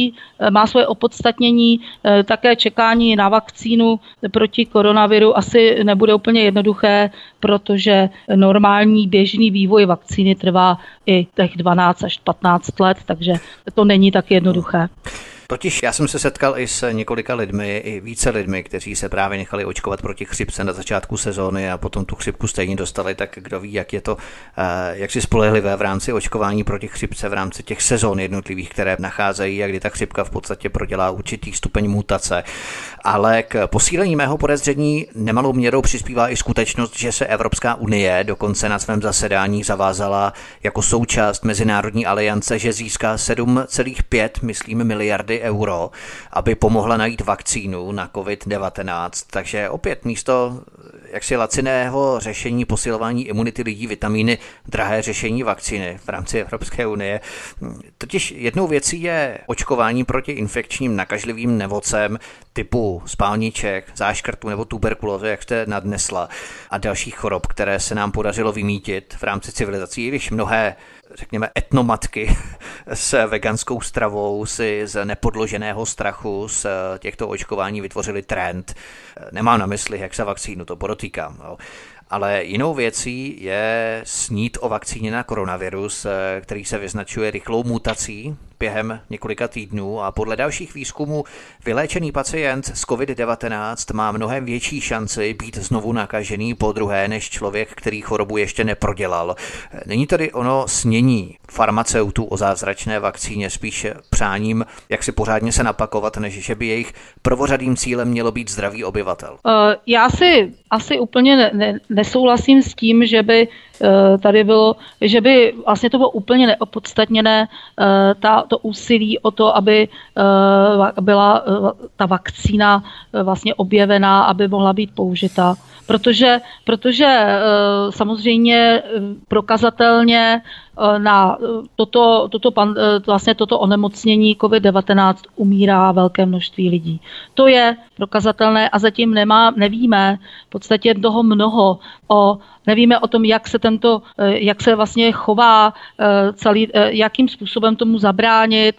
svoje opodstatnění, také čekání na vakcínu proti koronaviru asi nebude úplně jednoduché, protože normální běžný vývoj vakcíny trvá i těch 12 až 15 let, takže to není tak jednoduché. Totiž já jsem se setkal i s několika lidmi, i více lidmi, kteří se právě nechali očkovat proti chřipce na začátku sezóny a potom tu chřipku stejně dostali, tak kdo ví, jak je to jaksi spolehlivé v rámci očkování proti chřipce v rámci těch sezón jednotlivých, které nacházejí a kdy ta chřipka v podstatě prodělá určitý stupeň mutace. Ale k posílení mého podezření nemalou měrou přispívá i skutečnost, že se Evropská unie dokonce na svém zasedání zavázala jako součást Mezinárodní aliance, že získá 7,5, myslím, miliardy euro, aby pomohla najít vakcínu na COVID-19. Takže opět místo jaksi laciného řešení posilování imunity lidí vitamíny, drahé řešení vakcíny v rámci Evropské unie. Totiž jednou věcí je očkování proti infekčním nakažlivým nemocem typu spalniček, záškrtů nebo tuberkulózy, jak jste nadnesla, a dalších chorob, které se nám podařilo vymítit v rámci civilizací, když mnohé, řekněme, etnomatky s veganskou stravou si z nepodloženého strachu z těchto očkování vytvořili trend. Nemám na mysli hexavakcínu, to podotýkám. Jo. Ale jinou věcí je snít o vakcíně na koronavirus, který se vyznačuje rychlou mutací během několika týdnů a podle dalších výzkumů vyléčený pacient s COVID-19 má mnohem větší šanci být znovu nakažený podruhé než člověk, který chorobu ještě neprodělal. Není tedy ono snění farmaceutů o zázračné vakcíně spíš přáním, jak si pořádně se napakovat, než že by jejich prvořadým cílem mělo být zdravý obyvatel? Já si asi úplně nesouhlasím s tím, že by tady bylo, že by vlastně to bylo úplně neopodstatněné to úsilí o to, aby byla ta vakcína vlastně objevená, aby mohla být použita. Protože samozřejmě prokazatelně na toto onemocnění COVID-19 umírá velké množství lidí. To je prokazatelné a zatím nevíme v podstatě toho mnoho nevíme o tom, jak se vlastně chová jakým způsobem tomu zabránit.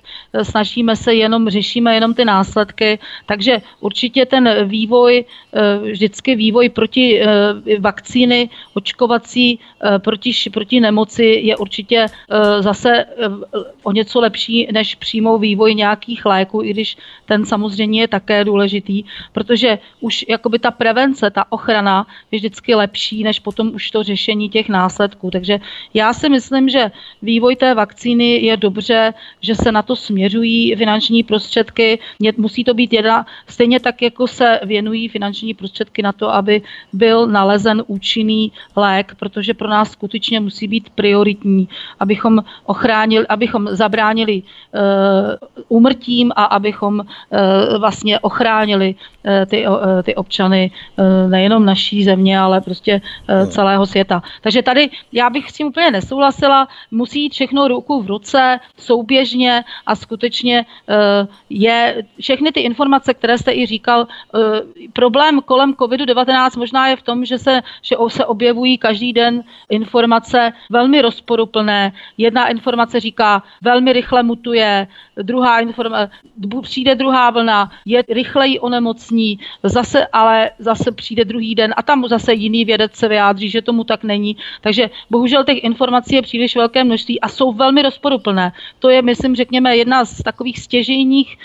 Řešíme jenom ty následky. Takže určitě ten vždycky vývoj proti vakcíny očkovací proti nemoci je určitě zase o něco lepší, než přímo vývoj nějakých léků, i když ten samozřejmě je také důležitý, protože už jakoby ta prevence, ta ochrana je vždycky lepší, než potom už to řešení těch následků. Takže já si myslím, že vývoj té vakcíny je dobře, že se na to směřují finanční prostředky. Musí to být stejně tak, jako se věnují finanční prostředky na to, aby byl nalezen účinný lék, protože pro nás skutečně musí být prioritní, abychom zabránili úmrtím a abychom vlastně ochránili ty občany nejenom naší země, ale prostě celého světa. Takže tady já bych s tím úplně nesouhlasila. Musí jít všechno ruku v ruce, souběžně a skutečně všechny ty informace, které jste i říkal, problém kolem COVID-19 možná je v tom, že se objevují každý den informace velmi rozporuplné. Jedna informace říká, velmi rychle mutuje, přijde druhá vlna, je rychleji onemocní, zase přijde druhý den a tam zase jiný vědec se vyjádří, že tomu tak není. Takže bohužel těch informací je příliš velké množství a jsou velmi rozporuplné. To je, myslím, řekněme, jedna z takových stěžejních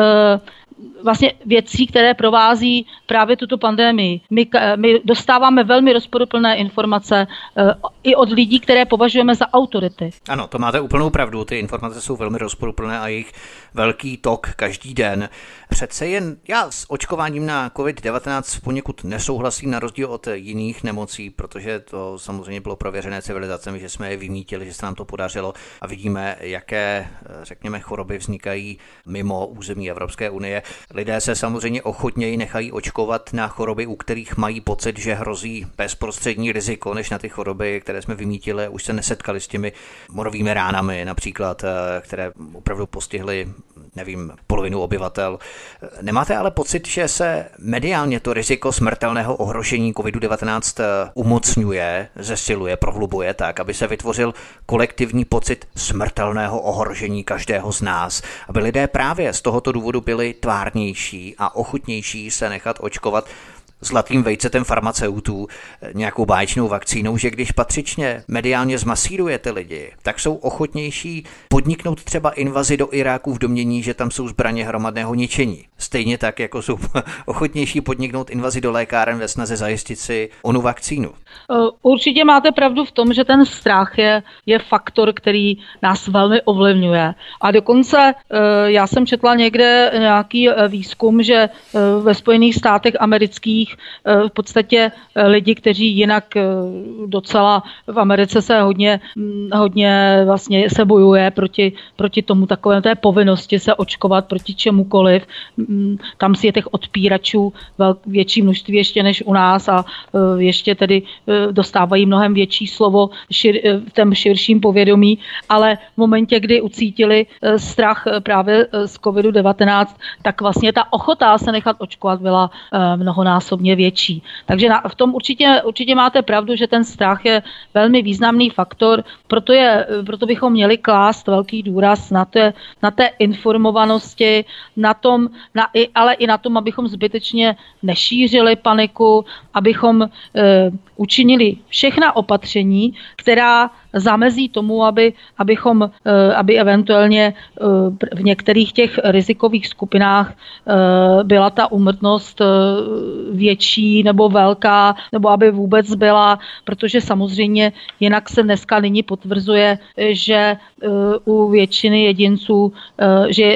vlastně věcí, které provází právě tuto pandemii. My dostáváme velmi rozporuplné informace i od lidí, které považujeme za autority. Ano, to máte úplnou pravdu. Ty informace jsou velmi rozporuplné a jejich velký tok každý den. Přece jen já s očkováním na COVID-19 poněkud nesouhlasím na rozdíl od jiných nemocí, protože to samozřejmě bylo prověřené civilizacemi, že jsme je vymítili, že se nám to podařilo a vidíme, jaké, řekněme, choroby vznikají mimo území Evropské unie. Lidé se samozřejmě ochotněji nechají očkovat na choroby, u kterých mají pocit, že hrozí bezprostřední riziko, než na ty choroby, které jsme vymítili, už se nesetkali s těmi morovými ránami, například, které opravdu postihly, polovinu obyvatel. Nemáte ale pocit, že se mediálně to riziko smrtelného ohrožení COVID-19 umocňuje, zesiluje, prohlubuje tak, aby se vytvořil kolektivní pocit smrtelného ohrožení každého z nás, aby lidé právě z tohoto důvodu byli tvárnější a ochotnější se nechat očkovat zlatým vejcetem farmaceutů, nějakou báječnou vakcínou, že když patřičně mediálně zmasírujete lidi, tak jsou ochotnější podniknout třeba invazi do Iráku v domnění, že tam jsou zbraně hromadného ničení. Stejně tak, jako jsou ochotnější podniknout invazi do lékáren ve snaze zajistit si onu vakcínu. Určitě máte pravdu v tom, že ten strach je faktor, který nás velmi ovlivňuje. A dokonce já jsem četla někde nějaký výzkum, že ve Spojených státech amerických v podstatě lidi, kteří jinak docela v Americe se hodně vlastně se bojuje proti tomu takové té povinnosti se očkovat proti čemukoliv. Tam si je těch odpíračů větší množství ještě než u nás a ještě tedy dostávají mnohem větší slovo v tom širším povědomí, ale v momentě, kdy ucítili strach právě z COVID-19, tak vlastně ta ochota se nechat očkovat byla mnohonásobně větší. Takže v tom určitě máte pravdu, že ten strach je velmi významný faktor, proto bychom měli klást velký důraz na té informovanosti, ale i na tom, abychom zbytečně nešířili paniku, abychom učinili všechna opatření, která zamezí tomu, aby eventuálně v některých těch rizikových skupinách byla ta úmrtnost větší nebo velká, nebo aby vůbec byla, protože samozřejmě jinak se dneska nyní potvrzuje, že u většiny jedinců, že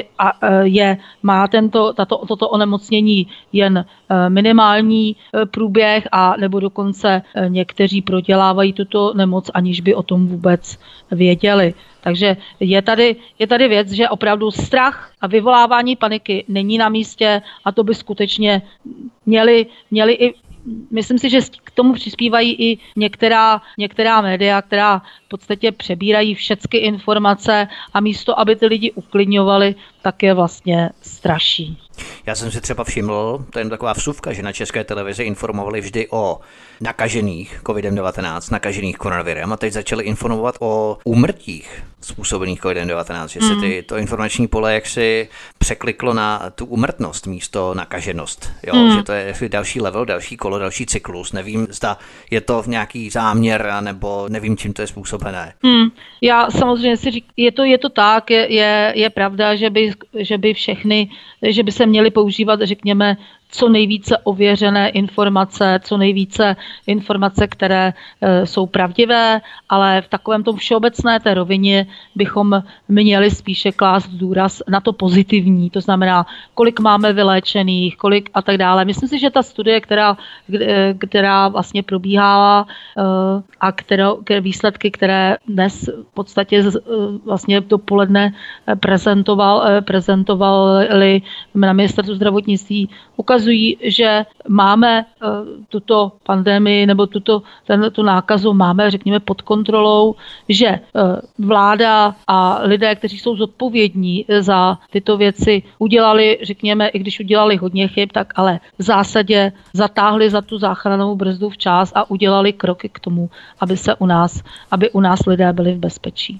má toto onemocnění jen minimální průběh a nebo dokonce někteří prodělávají tuto nemoc, aniž by o tom vůbec věděli. Takže je tady věc, že opravdu strach a vyvolávání paniky není na místě a to by skutečně měli i myslím si, že k tomu přispívají i některá média, která v podstatě přebírají všechny informace a místo, aby ty lidi uklidňovali, tak je vlastně straší. Já jsem si třeba všiml, to je taková vsuvka, že na České televizi informovali vždy o nakažených COVID-19, nakažených koronavirem a teď začali informovat o úmrtích způsobených COVID-19, že se to informační pole jaksi překliklo na tu úmrtnost místo nakaženost. Jo? Že to je další level, další kolo, další cyklus. Nevím, zda je to v nějaký záměr, nebo nevím, čím to je způsobené. Já samozřejmě si říkám, je to tak, je pravda, že by všechny, že by se měly používat, řekněme, co nejvíce ověřené informace, co nejvíce informace, které jsou pravdivé, ale v takovém tom všeobecné té rovině bychom měli spíše klást důraz na to pozitivní, to znamená, kolik máme vyléčených, kolik a tak dále. Myslím si, že ta studie, která vlastně probíhala a výsledky, které dnes v podstatě vlastně dopoledne prezentovali na ministerstvu zdravotnictví, ukazují, že máme tuto pandemii nebo tu nákazu máme, řekněme, pod kontrolou, že vláda a lidé, kteří jsou zodpovědní za tyto věci, udělali, řekněme, i když udělali hodně chyb, tak ale v zásadě zatáhli za tu záchrannou brzdu včas a udělali kroky k tomu, aby u nás lidé byli v bezpečí.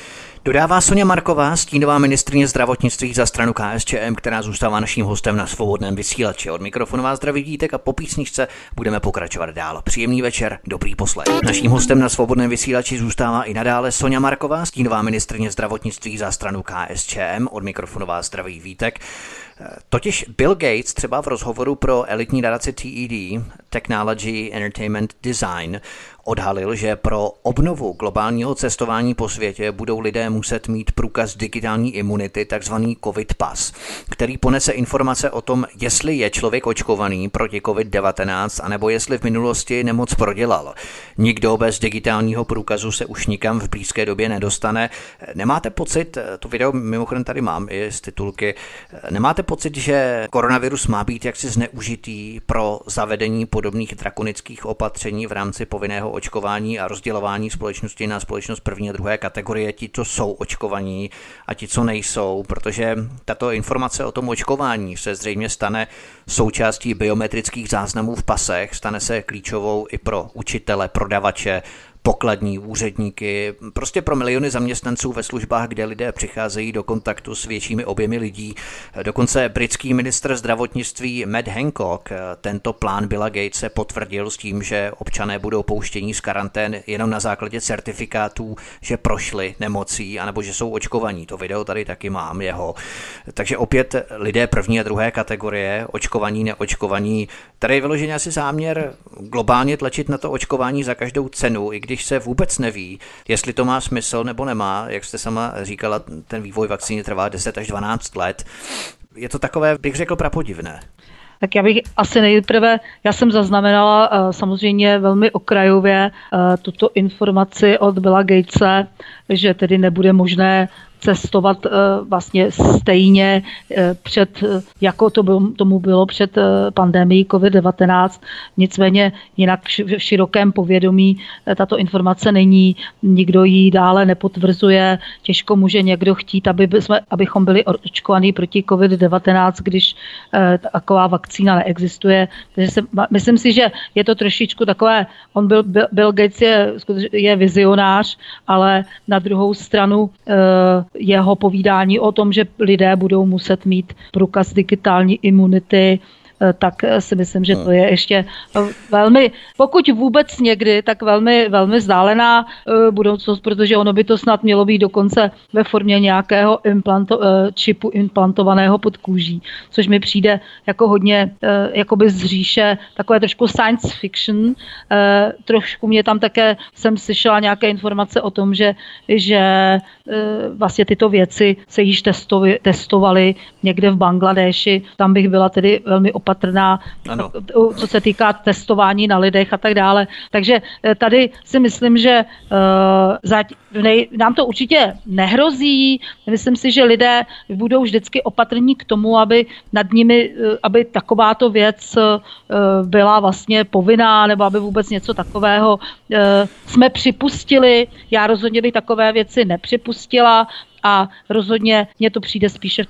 Dodává Soňa Marková, stínová ministryně zdravotnictví za stranu KSČM, která zůstává naším hostem na Svobodném vysílači. Od mikrofonu vás zdraví Vítek a po písničce budeme pokračovat dál. Příjemný večer, dobrý poslech. Naším hostem na Svobodném vysílači zůstává i nadále Soňa Marková, stínová ministryně zdravotnictví za stranu KSČM. Od mikrofonu vás zdraví Vítek. Totiž Bill Gates třeba v rozhovoru pro elitní nadaci TED, Technology Entertainment Design, odhalil, že pro obnovu globálního cestování po světě budou lidé muset mít průkaz digitální imunity, takzvaný COVID Pass, který ponese informace o tom, jestli je člověk očkovaný proti COVID-19, anebo jestli v minulosti nemoc prodělal. Nikdo bez digitálního průkazu se už nikam v blízké době nedostane. Nemáte pocit, to video mimochodem tady mám i z titulky, nemáte pocit, že koronavirus má být jaksi zneužitý pro zavedení podobných drakonických opatření v rámci povinného očkování a rozdělování společnosti na společnost první a druhé kategorie, ti, co jsou očkovaní a ti, co nejsou, protože tato informace o tom očkování se zřejmě stane součástí biometrických záznamů v pasech, stane se klíčovou i pro učitele, prodavače, pokladní úředníky, prostě pro miliony zaměstnanců ve službách, kde lidé přicházejí do kontaktu s většími objemy lidí. Dokonce britský ministr zdravotnictví Matt Hancock tento plán Billa Gatese potvrdil s tím, že občané budou pouštění z karantén jenom na základě certifikátů, že prošli nemocí, anebo že jsou očkovaní. To video tady taky mám jeho. Takže opět lidé první a druhé kategorie, očkovaní, neočkovaní. Tady je vyložený asi záměr globálně tlačit na to očkování za každou cenu, i když se vůbec neví, jestli to má smysl nebo nemá. Jak jste sama říkala, ten vývoj vakcíny trvá 10 až 12 let. Je to takové, bych řekl, prapodivné. Tak já bych asi nejprve, já jsem zaznamenala samozřejmě velmi okrajově tuto informaci od Billa Gatese, že tedy nebude možné cestovat vlastně stejně jako tomu bylo před pandemií COVID-19. Nicméně jinak v širokém povědomí tato informace není, nikdo ji dále nepotvrzuje. Těžko může někdo chtít, abychom byli očkovaní proti COVID-19, když taková vakcína neexistuje. Takže myslím si, že je to trošičku takové, Bill Gates je vizionář, ale na druhou stranu jeho povídání o tom, že lidé budou muset mít průkaz digitální imunity, tak si myslím, že to je ještě velmi, pokud vůbec někdy, tak velmi, velmi vzdálená budoucnost, protože ono by to snad mělo být dokonce ve formě nějakého čipu implantovaného pod kůží, což mi přijde jako hodně jakoby z říše takové trošku science fiction. Trošku mě tam také jsem slyšela nějaké informace o tom, že vlastně tyto věci se již testovaly někde v Bangladeši. Tam bych byla tedy velmi opatrná, opatrná, ano, co se týká testování na lidech a tak dále. Takže tady si myslím, že nám to určitě nehrozí. Myslím si, že lidé budou vždycky opatrní k tomu, aby nad nimi, aby takováto věc byla vlastně povinná, nebo aby vůbec něco takového jsme připustili. Já rozhodně bych takové věci nepřipustila a rozhodně mně to přijde spíše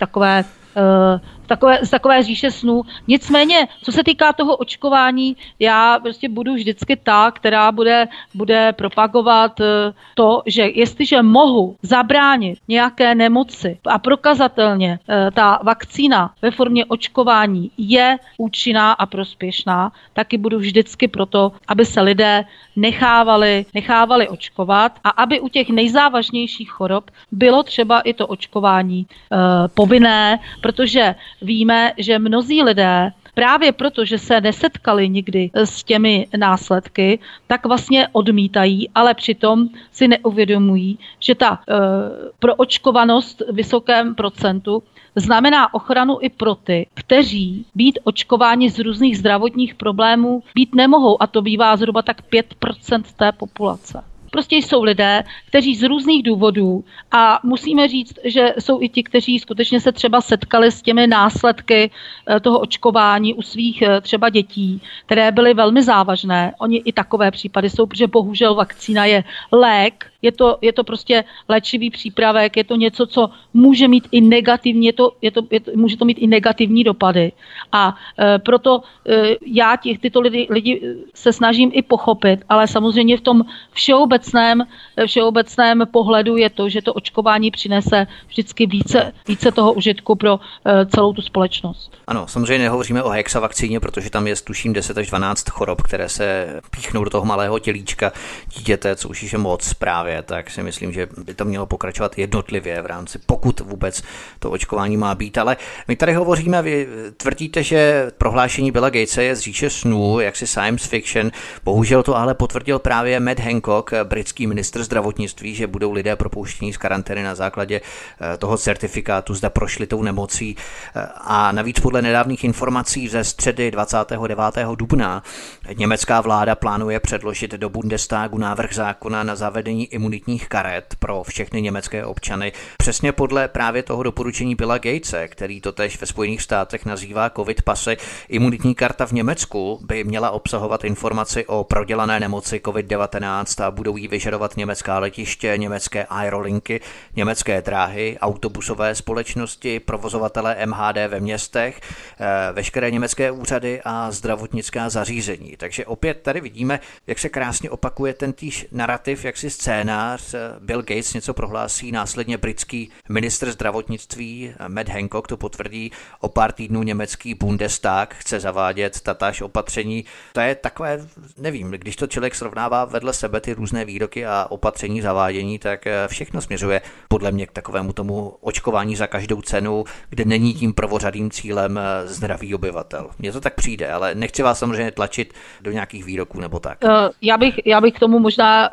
z takové říše snů. Nicméně, co se týká toho očkování, já prostě budu vždycky ta, která bude propagovat to, že jestliže mohu zabránit nějaké nemoci a prokazatelně ta vakcína ve formě očkování je účinná a prospěšná, taky budu vždycky proto, aby se lidé nechávali očkovat a aby u těch nejzávažnějších chorob bylo třeba i to očkování povinné, protože víme, že mnozí lidé právě proto, že se nesetkali nikdy s těmi následky, tak vlastně odmítají, ale přitom si neuvědomují, že ta proočkovanost v vysokém procentu znamená ochranu i pro ty, kteří být očkováni z různých zdravotních problémů být nemohou, a to bývá zhruba tak 5% té populace. Prostě jsou lidé, kteří z různých důvodů, a musíme říct, že jsou i ti, kteří skutečně se třeba setkali s těmi následky toho očkování u svých třeba dětí, které byly velmi závažné. Oni i takové případy jsou, protože bohužel vakcína je lék, je to prostě léčivý přípravek, je to něco, co může mít i negativní, může to mít i negativní dopady. A proto já tyto lidi se snažím i pochopit, ale samozřejmě v tom všeobecném pohledu je to, že to očkování přinese vždycky více toho užitku pro celou tu společnost. Ano, samozřejmě nehovoříme o hexavakcíně, protože tam je tuším 10 až 12 chorob, které se píchnou do toho malého tělíčka dítěte, co už je moc právě. Tak si myslím, že by to mělo pokračovat jednotlivě v rámci, pokud vůbec to očkování má být. Ale my tady hovoříme, vy tvrdíte, že prohlášení Billa Gatese je z říše snů, jaksi science fiction. Bohužel to ale potvrdil právě Matt Hancock, britský ministr zdravotnictví, že budou lidé propouštění z karantény na základě toho certifikátu, zda prošli tou nemocí. A navíc podle nedávných informací ze středy 29. dubna německá vláda plánuje předložit do Bundestagu návrh zákona na zavedení imunitních karet pro všechny německé občany. Přesně podle právě toho doporučení Billa Gatese, který to též ve Spojených státech nazývá covid pasy, imunitní karta v Německu by měla obsahovat informaci o prodělané nemoci COVID-19 a budou jí vyžadovat německá letiště, německé aerolinky, německé dráhy, autobusové společnosti, provozovatele MHD ve městech, veškeré německé úřady a zdravotnická zařízení. Takže opět tady vidíme, jak se krásně opakuje ten týž narrativ, jak si scénář. Bill Gates něco prohlásí, následně britský ministr zdravotnictví Matt Hancock to potvrdí, o pár týdnů německý Bundestag chce zavádět tatáž opatření. To je takové, nevím, když to člověk srovnává vedle sebe ty různé výroky a opatření zavádění, tak všechno směřuje podle mě k takovému tomu očkování za každou cenu, kde není tím prvořadým cílem zdravý obyvatel. Mně to tak přijde, ale nechci vás samozřejmě tlačit do nějakých výroků nebo tak. Já bych k tomu možná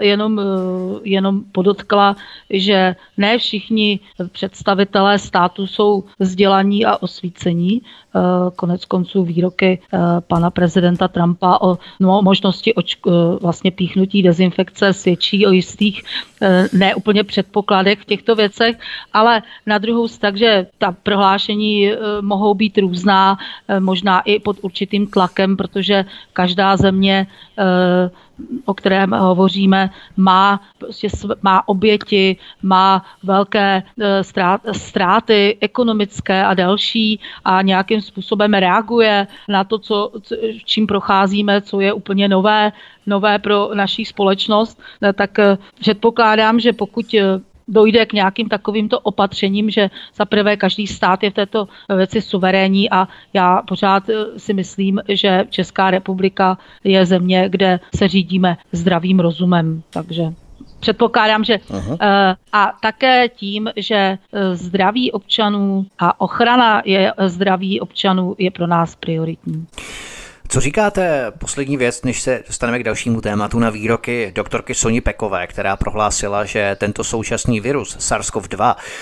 jenom podotkla, že ne všichni představitelé státu jsou vzdělaní a osvícení. Konec konců výroky pana prezidenta Trumpa o možnosti vlastně píchnutí dezinfekce svědčí o jistých neúplně předpokladech v těchto věcech, ale na druhou takže ta prohlášení mohou být různá, možná i pod určitým tlakem, protože každá země, o kterém hovoříme, má oběti, má velké ztráty ekonomické a další a nějakým způsobem reaguje na to, čím procházíme, co je úplně nové pro naši společnost, tak předpokládám, že pokud dojde k nějakým takovýmto opatřením, že zaprvé každý stát je v této věci suverénní a já pořád si myslím, že Česká republika je země, kde se řídíme zdravým rozumem, takže předpokládám, že a také tím, že zdraví občanů a ochrana zdraví občanů je pro nás prioritní. Co říkáte, poslední věc, než se dostaneme k dalšímu tématu, na výroky doktorky Soni Pekové, která prohlásila, že tento současný virus SARS-CoV-2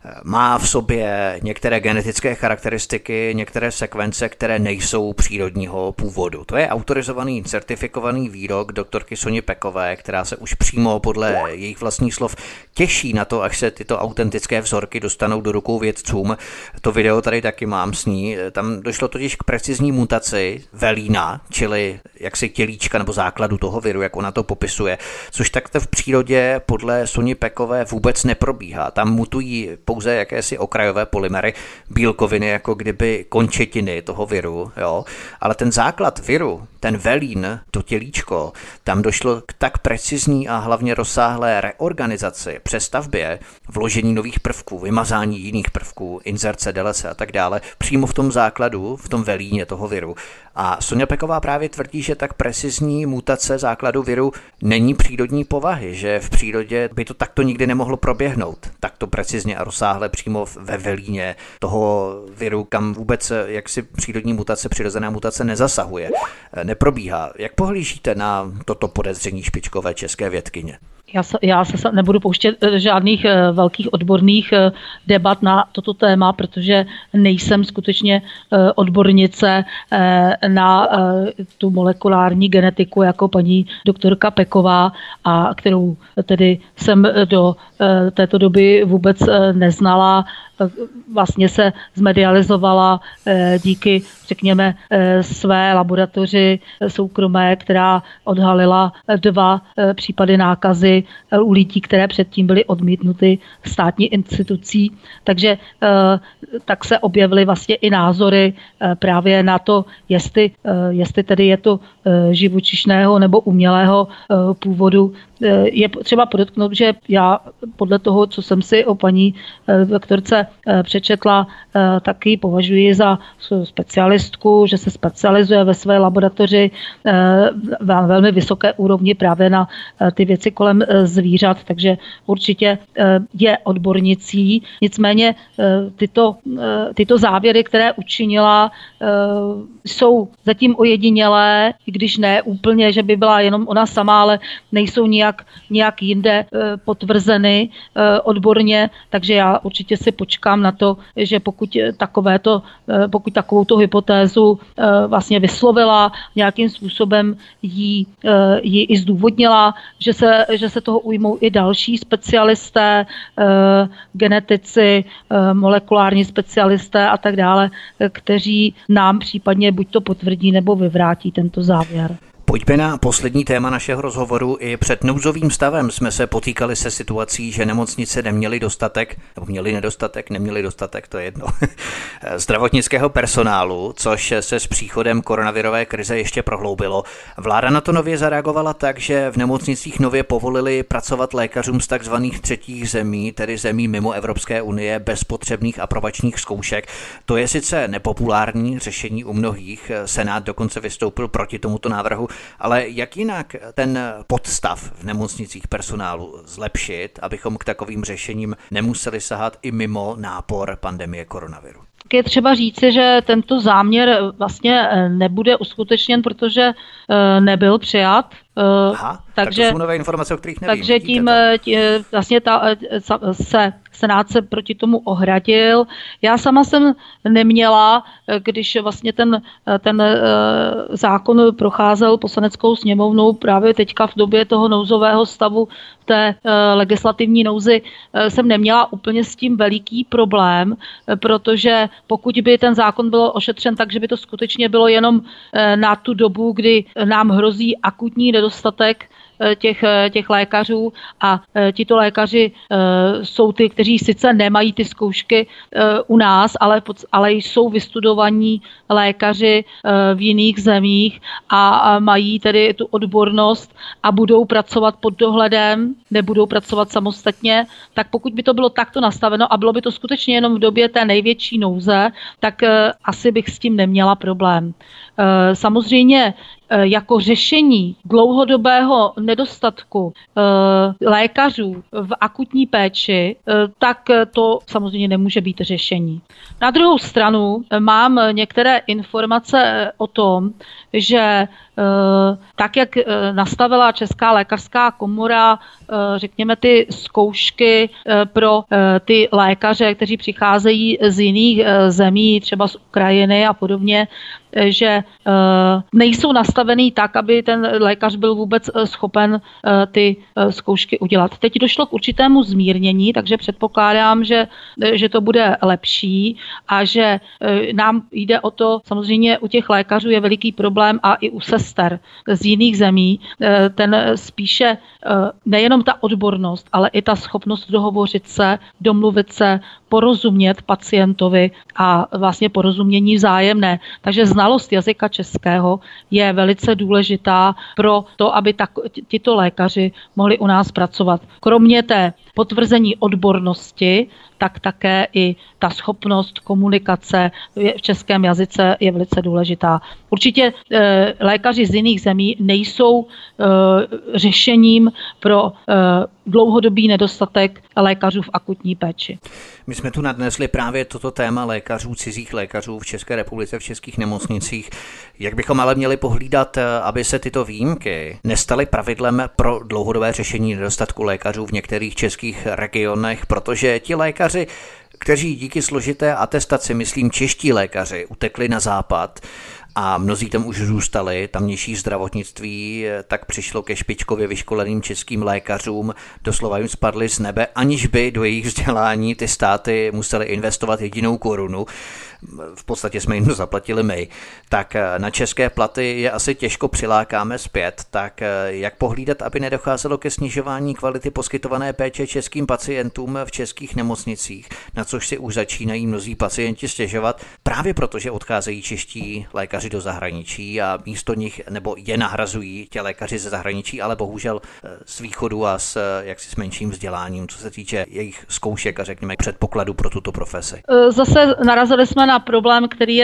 má v sobě některé genetické charakteristiky, některé sekvence, které nejsou přírodního původu. To je autorizovaný, certifikovaný výrok doktorky Soni Pekové, která se už přímo podle jejich vlastních slov těší na to, až se tyto autentické vzorky dostanou do rukou vědcům. To video tady taky mám s ní. Tam došlo totiž k precizní mutaci velína, čili jaksi tělíčka nebo základu toho viru, jak ona to popisuje, což takto v přírodě podle Soni Pekové vůbec neprobíhá. Tam mutují pouze jakési okrajové polymery, bílkoviny, jako kdyby končetiny toho viru, jo. Ale ten základ viru, ten velín, to tělíčko, tam došlo k tak precizní a hlavně rozsáhlé reorganizaci, přestavbě, vložení nových prvků, vymazání jiných prvků, inzerce, delece a tak dále, přímo v tom základu, v tom velíně toho viru. A Sonia Peková právě tvrdí, že tak precizní mutace základu viru není přírodní povahy, že v přírodě by to takto nikdy nemohlo proběhnout. Takto precizně a rozsáhle přímo ve velíně toho viru, kam vůbec jaksi přírodní mutace, přirozená mutace nezasahuje, neprobíhá. Jak pohlížíte na toto podezření špičkové české vědkyně? Já se nebudu pouštět žádných velkých odborných debat na toto téma, protože nejsem skutečně odbornice na tu molekulární genetiku jako paní doktorka Peková, a kterou tedy jsem do této doby vůbec neznala. Vlastně se zmedializovala díky, řekněme, své laboratoři soukromé, která odhalila 2 případy nákazy u lidí, které předtím byly odmítnuty státní institucí. Takže tak se objevily vlastně i názory právě na to, jestli tedy je to živočišného nebo umělého původu. Je třeba podotknout, že já podle toho, co jsem si o paní doktorce přečetla, taky považuji za specialistku, že se specializuje ve své laboratoři na velmi vysoké úrovni právě na ty věci kolem zvířat, takže určitě je odbornicí. Nicméně tyto závěry, které učinila, jsou zatím ojedinělé, i když ne úplně, že by byla jenom ona sama, ale nejsou nějak jinde potvrzeny odborně, takže já určitě si počkám na to, že pokud takovouto hypotézu vlastně vyslovila, nějakým způsobem ji i zdůvodnila, že se toho ujmou i další specialisté, genetici, molekulární specialisté a tak dále, kteří nám případně buď to potvrdí nebo vyvrátí tento závěr. Pojďme na poslední téma našeho rozhovoru. I před nouzovým stavem jsme se potýkali se situací, že nemocnice neměly dostatek, nebo měly nedostatek, neměly dostatek, to je jedno, zdravotnického personálu, což se s příchodem koronavirové krize ještě prohloubilo. Vláda na to nově zareagovala tak, že v nemocnicích nově povolili pracovat lékařům z takzvaných třetích zemí, tedy zemí mimo Evropské unie, bez potřebných aprobačních zkoušek. To je sice nepopulární řešení u mnohých, Senát dokonce vystoupil proti tomuto návrhu, ale jak jinak ten podstav v nemocnicích personálu zlepšit, abychom k takovým řešením nemuseli sahat i mimo nápor pandemie koronaviru? Je třeba říci, že tento záměr vlastně nebude uskutečněn, protože nebyl přijat. Aha, takže to jsou nové informace, o kterých nevím. Takže tím vlastně se Senát se proti tomu ohradil. Já sama jsem neměla, když vlastně ten zákon procházel Poslaneckou sněmovnou právě teďka v době toho nouzového stavu, v té legislativní nouzi, jsem neměla úplně s tím veliký problém, protože pokud by ten zákon byl ošetřen tak, že by to skutečně bylo jenom na tu dobu, kdy nám hrozí akutní nedostatek těch lékařů a tito lékaři jsou ty, kteří sice nemají ty zkoušky u nás, ale jsou vystudovaní lékaři v jiných zemích a mají tedy tu odbornost a budou pracovat pod dohledem, nebudou pracovat samostatně, tak pokud by to bylo takto nastaveno a bylo by to skutečně jenom v době té největší nouze, tak asi bych s tím neměla problém. Samozřejmě jako řešení dlouhodobého nedostatku lékařů v akutní péči, tak to samozřejmě nemůže být řešení. Na druhou stranu mám některé informace o tom, že tak, jak nastavila Česká lékařská komora, řekněme, ty zkoušky pro ty lékaře, kteří přicházejí z jiných zemí, třeba z Ukrajiny a podobně, že nejsou nastavený tak, aby ten lékař byl vůbec schopen ty zkoušky udělat. Teď došlo k určitému zmírnění, takže předpokládám, že to bude lepší a že nám jde o to, samozřejmě u těch lékařů je veliký problém a i u sester z jiných zemí, ten spíše nejenom ta odbornost, ale i ta schopnost dohovořit se, domluvit se, porozumět pacientovi a vlastně porozumění vzájemné. Takže znalost jazyka českého je velice důležitá pro to, aby tito lékaři mohli u nás pracovat. Kromě té potvrzení odbornosti, tak také i ta schopnost komunikace v českém jazyce je velice důležitá. Určitě lékaři z jiných zemí nejsou řešením pro dlouhodobý nedostatek lékařů v akutní péči. My jsme tu nadnesli právě toto téma lékařů, cizích lékařů v České republice, v českých nemocnicích. Jak bychom ale měli pohlídat, aby se tyto výjimky nestaly pravidlem pro dlouhodobé řešení nedostatku lékařů v některých českých regionech, protože ti lékaři, kteří díky složité atestaci, myslím čeští lékaři, utekli na západ a mnozí tam už zůstali, tamnější zdravotnictví tak přišlo ke špičkově vyškoleným českým lékařům, doslova jim spadly z nebe, aniž by do jejich vzdělání ty státy musely investovat jedinou korunu. V podstatě jsme jim to zaplatili my. Tak na české platy je asi těžko přilákáme zpět, tak jak pohlídat, aby nedocházelo ke snižování kvality poskytované péče českým pacientům v českých nemocnicích, na což si už začínají mnozí pacienti stěžovat, právě protože odcházejí čeští lékaři do zahraničí a místo nich nebo je nahrazují tě lékaři ze zahraničí, ale bohužel z východu a s menším vzděláním, co se týče jejich zkoušek a řekněme předpokladu pro tuto profesi. Zase narazili jsme na problém, který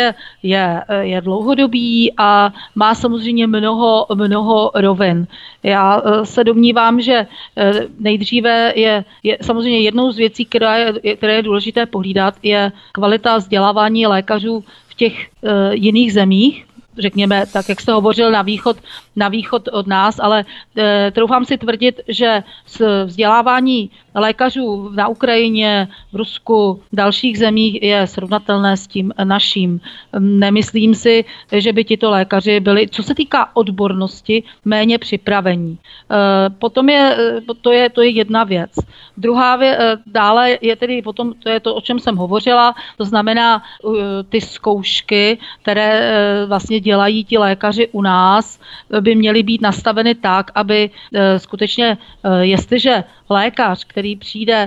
je dlouhodobý a má samozřejmě mnoho rovin. Já se domnívám, že nejdříve je samozřejmě jednou z věcí, které je důležité pohlídat, je kvalita vzdělávání lékařů v těch jiných zemích, řekněme, tak jak jste hovořil, na východ od nás, ale troufám si tvrdit, že vzdělávání lékařů na Ukrajině, v Rusku, v dalších zemích je srovnatelné s tím naším. Nemyslím si, že by tito lékaři byli, co se týká odbornosti, méně připravení. Potom to je jedna věc. Druhá věc, dále je tedy potom, to je to, o čem jsem hovořila, to znamená ty zkoušky, které vlastně dělají ti lékaři u nás, by měly být nastaveny tak, aby skutečně, jestliže lékař, který přijde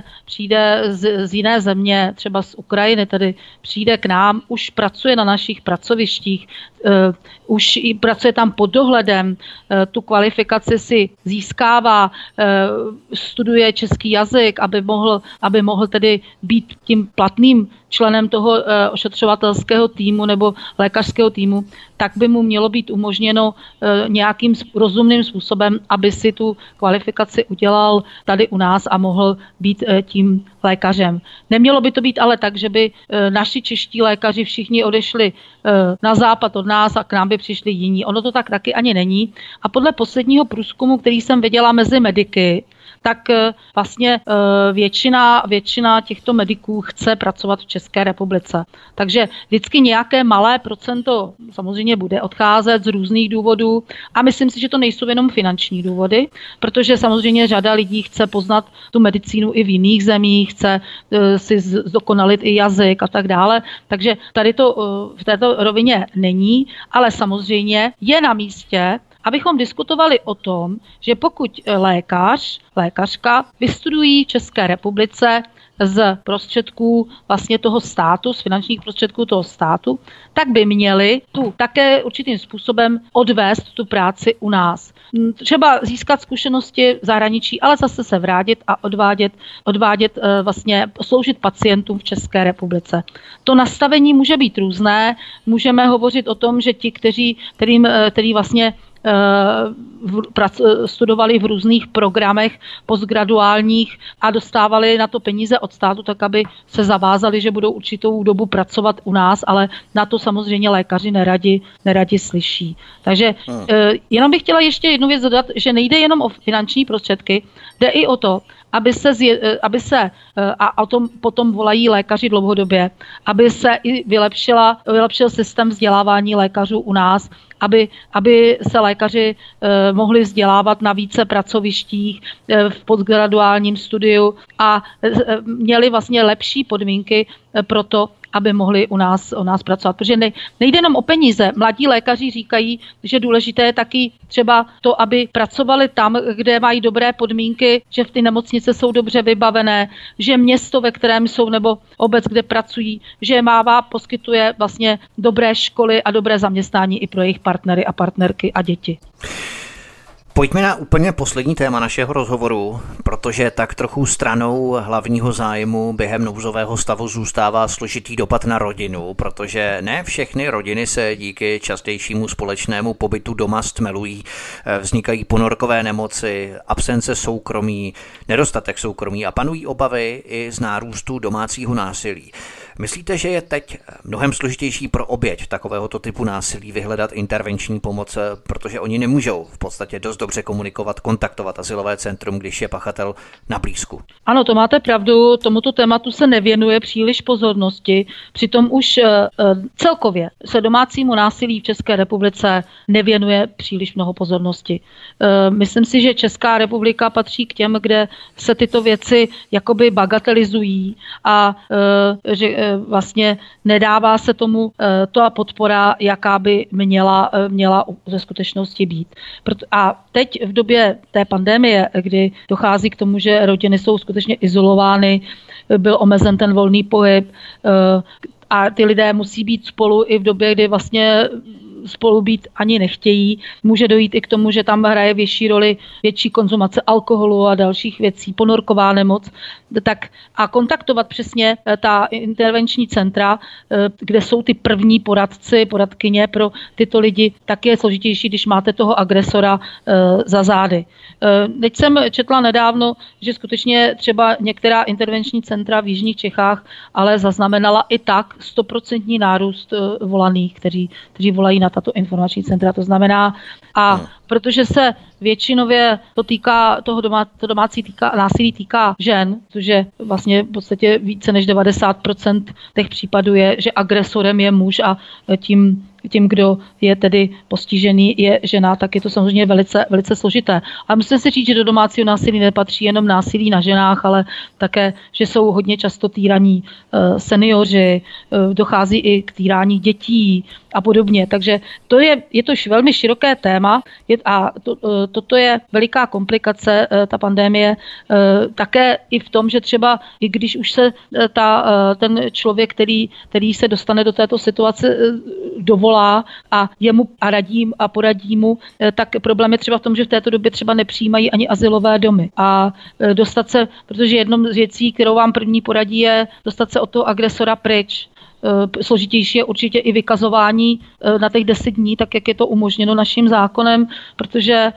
z jiné země, třeba z Ukrajiny, tedy přijde k nám, už pracuje na našich pracovištích, už pracuje tam pod dohledem, tu kvalifikaci si získává, studuje český jazyk, aby mohl tedy být tím platným členem toho ošetřovatelského týmu nebo lékařského týmu, tak by mu mělo být umožněno nějakým rozumným způsobem, aby si tu kvalifikaci udělal tady u nás a mohl být tím lékařem. Nemělo by to být ale tak, že by naši čeští lékaři všichni odešli na západ od nás a k nám by přišli jiní. Ono to tak taky ani není. A podle posledního průzkumu, který jsem viděla mezi mediky, tak vlastně většina těchto mediků chce pracovat v České republice. Takže vždycky nějaké malé procento samozřejmě bude odcházet z různých důvodů a myslím si, že to nejsou jenom finanční důvody, protože samozřejmě řada lidí chce poznat tu medicínu i v jiných zemích, chce si zdokonalit i jazyk a tak dále. Takže tady to v této rovině není, ale samozřejmě je na místě, abychom diskutovali o tom, že pokud lékařka vystudují v České republice z prostředků vlastně toho státu, z finančních prostředků toho státu, tak by měli tu také určitým způsobem odvést tu práci u nás. Třeba získat zkušenosti v zahraničí, ale zase se vrátit a odvádět vlastně sloužit pacientům v České republice. To nastavení může být různé, můžeme hovořit o tom, že ti, kteří vlastně studovali v různých programech postgraduálních a dostávali na to peníze od státu, tak aby se zavázali, že budou určitou dobu pracovat u nás, ale na to samozřejmě lékaři neradi slyší. Takže jenom bych chtěla ještě jednu věc dodat, že nejde jenom o finanční prostředky, jde i o to, aby se a o tom potom volají lékaři dlouhodobě, aby se i vylepšil systém vzdělávání lékařů u nás, aby se lékaři mohli vzdělávat na více pracovištích v postgraduálním studiu a měli vlastně lepší podmínky pro to, aby mohli u nás pracovat. Protože nejde jenom o peníze. Mladí lékaři říkají, že důležité je taky třeba to, aby pracovali tam, kde mají dobré podmínky, že v ty nemocnice jsou dobře vybavené, že město, ve kterém jsou, nebo obec, kde pracují, že poskytuje vlastně dobré školy a dobré zaměstnání i pro jejich partnery a partnerky a děti. Pojďme na úplně poslední téma našeho rozhovoru, protože tak trochu stranou hlavního zájmu během nouzového stavu zůstává složitý dopad na rodinu, protože ne všechny rodiny se díky častějšímu společnému pobytu doma stmelují, vznikají ponorkové nemoci, absence soukromí, nedostatek soukromí a panují obavy i z nárůstu domácího násilí. Myslíte, že je teď mnohem složitější pro oběť takovéhoto typu násilí vyhledat intervenční pomoc, protože oni nemůžou v podstatě dost dobře komunikovat, kontaktovat azylové centrum, když je pachatel na blízku? Ano, to máte pravdu, tomuto tématu se nevěnuje příliš pozornosti, přitom už celkově se domácímu násilí v České republice nevěnuje příliš mnoho pozornosti. Myslím si, že Česká republika patří k těm, kde se tyto věci jakoby bagatelizují a že vlastně nedává se tomu ta podpora, jaká by měla ve skutečnosti být. A teď v době té pandemie, kdy dochází k tomu, že rodiny jsou skutečně izolovány, byl omezen ten volný pohyb a ty lidé musí být spolu i v době, kdy vlastně spolu být ani nechtějí. Může dojít i k tomu, že tam hraje větší konzumace alkoholu a dalších věcí, ponorková nemoc. Tak a kontaktovat přesně ta intervenční centra, kde jsou ty první poradkyně pro tyto lidi, tak je složitější, když máte toho agresora za zády. Teď jsem četla nedávno, že skutečně třeba některá intervenční centra v jižních Čechách ale zaznamenala i tak 100% nárůst volaných, kteří volají na tato informační centra. To znamená, protože se většinově to domácí násilí týká žen, což je vlastně v podstatě více než 90% těch případů je, že agresorem je muž a tím, kdo je tedy postižený, je žena, tak je to samozřejmě velice, velice složité. A musím si říct, že do domácího násilí nepatří jenom násilí na ženách, ale také, že jsou hodně často týraní seniori, dochází i k týrání dětí a podobně. Takže je to velmi široké téma a toto je veliká komplikace, ta pandemie, také i v tom, že třeba i když už se ten člověk, který se dostane do této situace, dovolá a jemu a poradí mu, tak problém je třeba v tom, že v této době třeba nepřijímají ani azylové domy. A dostat se, protože jednou z věcí, kterou vám první poradí, je dostat se od toho agresora pryč. Složitější je určitě i vykazování na těch 10 dní, tak jak je to umožněno naším zákonem, protože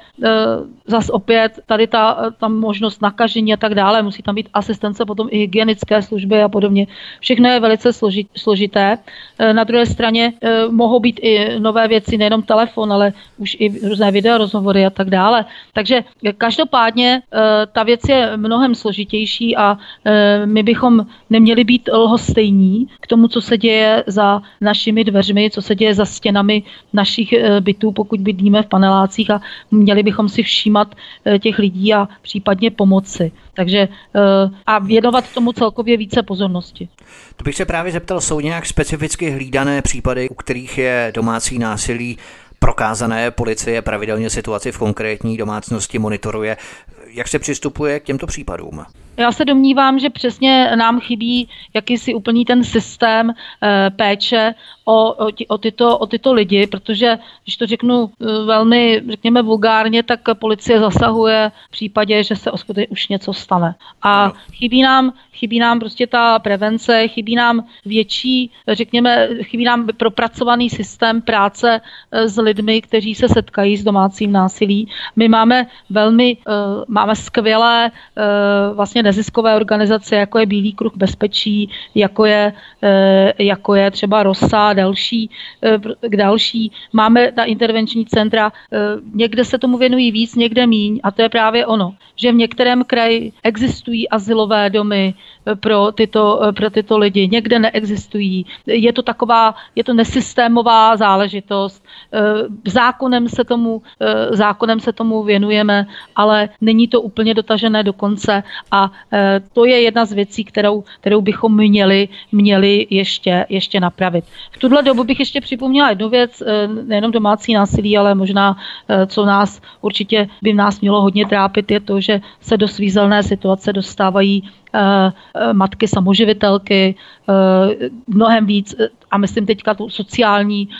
zas opět tady ta možnost nakažení a tak dále, musí tam být asistence, potom i hygienické služby a podobně. Všechno je velice složité. Na druhé straně mohou být i nové věci, nejenom telefon, ale už i různé videorozhovory a tak dále. Takže každopádně ta věc je mnohem složitější a my bychom neměli být lhostejní k tomu, co se děje za našimi dveřmi, co se děje za stěnami našich bytů, pokud bydlíme v panelácích, a měli bychom si všímat těch lidí a případně pomoci. Takže a věnovat tomu celkově více pozornosti. To bych se právě zeptal, jsou nějak specificky hlídané případy, u kterých je domácí násilí prokázané, policie pravidelně situaci v konkrétní domácnosti monitoruje. Jak se přistupuje k těmto případům? Já se domnívám, že přesně nám chybí jakýsi úplný ten systém péče o tyto lidi, protože, když to řeknu velmi, řekněme, vulgárně, tak policie zasahuje v případě, že se už něco stane. A chybí nám prostě ta prevence, chybí nám chybí nám propracovaný systém práce s lidmi, kteří se setkají s domácím násilí. My máme máme skvělé vlastně neziskové organizace, jako je Bílý kruh bezpečí, jako je třeba Rosa, další. Máme ta intervenční centra, někde se tomu věnují víc, někde míň, a to je právě ono, že v některém kraji existují azylové domy pro tyto lidi, někde neexistují. Je to nesystémová záležitost. Zákonem se tomu věnujeme, ale není to úplně dotažené do konce, a to je jedna z věcí, kterou bychom měli ještě napravit. V tuhle dobu bych ještě připomněla jednu věc, nejenom domácí násilí, ale možná, co by nás mělo hodně trápit, je to, že se do svízelné situace dostávají matky samoživitelky, mnohem víc, a myslím teďka tu sociální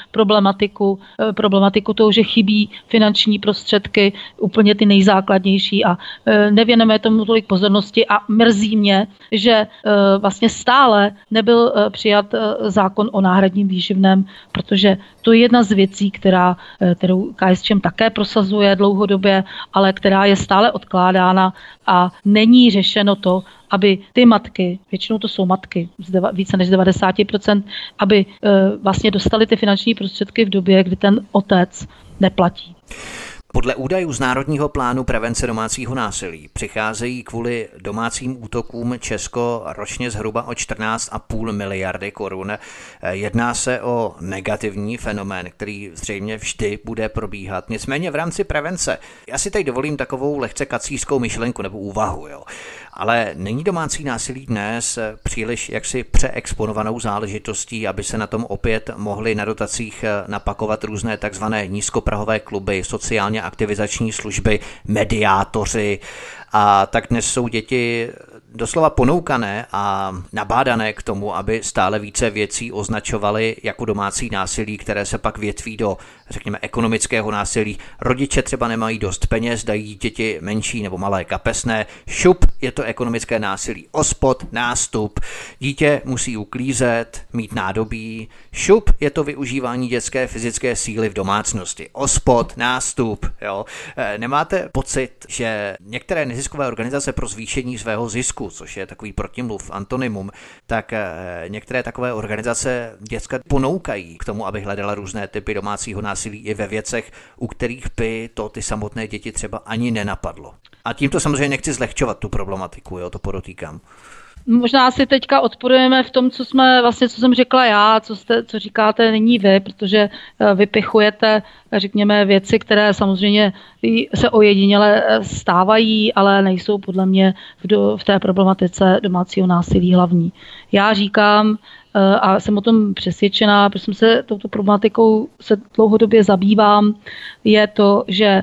problematiku toho, že chybí finanční prostředky, úplně ty nejzákladnější, a nevěnujeme tomu tolik pozornosti, a mrzí mě, že vlastně stále nebyl přijat zákon o náhradním výživném, protože to je jedna z věcí, kterou KSČM také prosazuje dlouhodobě, ale která je stále odkládána, a není řešeno to, aby ty matky, většinou to jsou matky, více než 90%, aby vlastně dostali ty finanční prostředky v době, kdy ten otec neplatí. Podle údajů z Národního plánu prevence domácího násilí přicházejí kvůli domácím útokům Česko ročně zhruba o 14,5 miliardy korun. Jedná se o negativní fenomén, který zřejmě vždy bude probíhat. Nicméně v rámci prevence, já si teď dovolím takovou lehce kacířskou myšlenku nebo úvahu, jo. Ale není domácí násilí dnes příliš jaksi přeexponovanou záležitostí, aby se na tom opět mohly na dotacích napakovat různé takzvané nízkoprahové kluby, sociálně aktivizační služby, mediátoři, a tak dnes jsou děti doslova ponoukané a nabádané k tomu, aby stále více věcí označovaly jako domácí násilí, které se pak větví do, řekněme, ekonomického násilí. Rodiče třeba nemají dost peněz, dají děti menší nebo malé kapesné. Šup, je to ekonomické násilí. Ospod, nástup. Dítě musí uklízet, mít nádobí. Šup, je to využívání dětské fyzické síly v domácnosti. Ospod, nástup. Jo. Nemáte pocit, že některé neziskové organizace pro zvýšení svého zisku, což je takový protimluv, antonymum, tak některé takové organizace děcka ponoukají k tomu, aby hledala různé typy domácího násilí i ve věcech, u kterých by to ty samotné děti třeba ani nenapadlo. A tímto samozřejmě nechci zlehčovat tu problematiku, jo, to podotýkám. Možná si teďka odporujeme v tom, co jsem řekla já, co říkáte není vy, protože vypichujete, řekněme, věci, které samozřejmě se ojediněle stávají, ale nejsou podle mě v té problematice domácího násilí hlavní. Já říkám, a jsem o tom přesvědčená, protože jsem se touto problematikou dlouhodobě zabývám, je to, že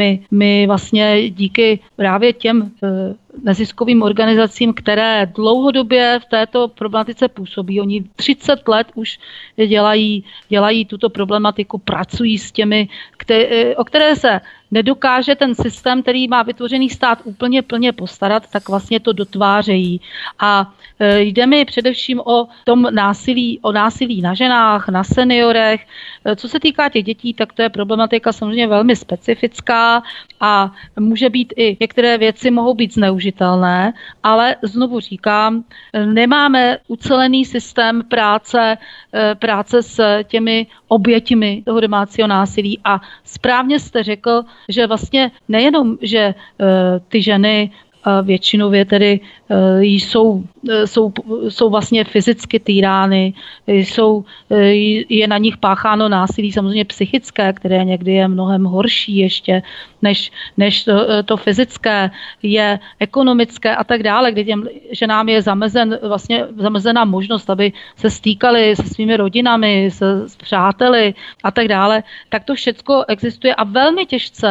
my vlastně díky právě těm neziskovým organizacím, které dlouhodobě v této problematice působí. Oni 30 let už dělají tuto problematiku, pracují s těmi, o které se nedokáže ten systém, který má vytvořený stát úplně plně postarat, tak vlastně to dotvářejí. A jde mi především o násilí na ženách, na seniorech. Co se týká těch dětí, tak to je problematika samozřejmě velmi specifická a může být i některé věci mohou být zneužitelné, ale znovu říkám, nemáme ucelený systém práce s těmi oběťmi toho domácího násilí, a správně jste řekl, že vlastně nejenom, že ty ženy většinově tedy jsou vlastně fyzicky týrány, je na nich pácháno násilí samozřejmě psychické, které někdy je mnohem horší ještě než to fyzické, je ekonomické a tak dále, kdy těm ženám je zamezena možnost, aby se stýkali se svými rodinami, s přáteli a tak dále, tak to všecko existuje a velmi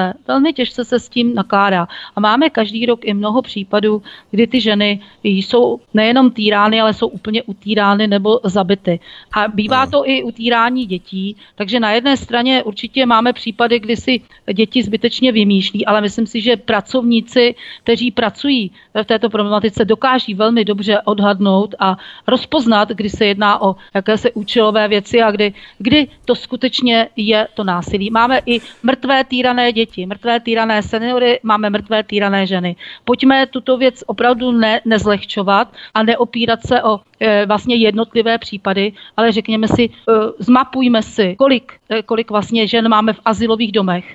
těžce se s tím nakládá. A máme každý rok i mnoho případů, kdy ty ženy jsou nejenom týrány, ale jsou úplně utýrány nebo zabity. A bývá to i utírání dětí, takže na jedné straně určitě máme případy, kdy si děti zbytečně vymýšlí, ale myslím si, že pracovníci, kteří pracují v této problematice, dokáží velmi dobře odhadnout a rozpoznat, kdy se jedná o jakési účelové věci a kdy to skutečně je to násilí. Máme i mrtvé týrané děti, mrtvé týrané seniory, máme mrtvé týrané ženy. Pojďme tuto věc opravdu nezlehčovat a neopírat se o vlastně jednotlivé případy, ale řekněme si, zmapujme si, kolik vlastně žen máme v azylových domech,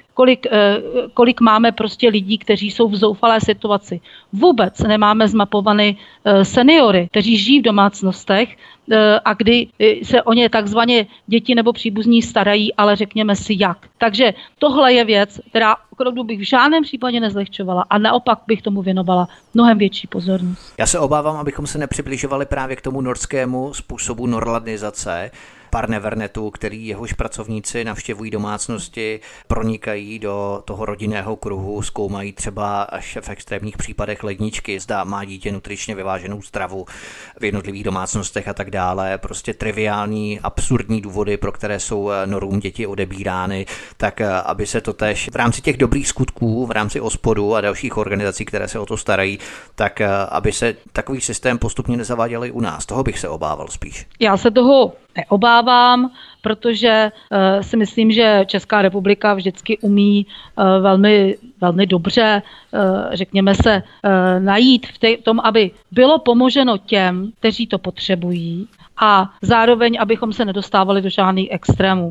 kolik máme prostě lidí, kteří jsou v zoufalé situaci. Vůbec nemáme zmapované seniory, kteří žijí v domácnostech a kdy se o ně takzvaně děti nebo příbuzní starají, ale řekněme si jak. Takže tohle je věc, která opravdu bych v žádném případě nezlehčovala a naopak bych tomu věnovala mnohem větší pozornost. Já se obávám, abychom se nepřibližovali právě k tomu norskému způsobu norladnizace, Parnevernetu, jehož pracovníci navštěvují domácnosti, pronikají do toho rodinného kruhu, zkoumají třeba až v extrémních případech ledničky, zda má dítě nutričně vyváženou stravu v jednotlivých domácnostech a tak dále. Prostě triviální, absurdní důvody, pro které jsou Norům děti odebírány, tak aby se to též v rámci těch dobrých skutků, v rámci OSPODu a dalších organizací, které se o to starají, tak aby se takový systém postupně nezaváděl i u nás. Toho bych se obával spíš. Já se toho neobávám, protože si myslím, že Česká republika vždycky umí velmi, velmi dobře, řekněme se, najít v tom, aby bylo pomoženo těm, kteří to potřebují, a zároveň, abychom se nedostávali do žádných extrémů.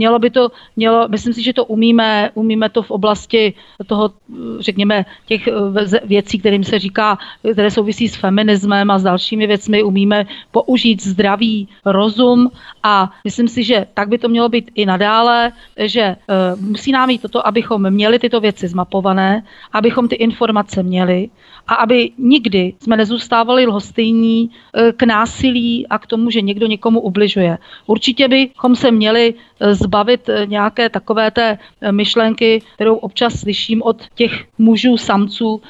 Myslím si, že to umíme to v oblasti toho, řekněme, těch věcí, kterým se říká, které souvisí s feminismem a s dalšími věcmi, umíme použít zdravý rozum a myslím si, že tak by to mělo být i nadále, že musí nám jít toto, abychom měli tyto věci zmapované, abychom ty informace měli a aby nikdy jsme nezůstávali lhostejní k násilí a k tomu, že někdo někomu ubližuje. Určitě bychom se měli zbavit nějaké takové té myšlenky, kterou občas slyším od těch mužů, samců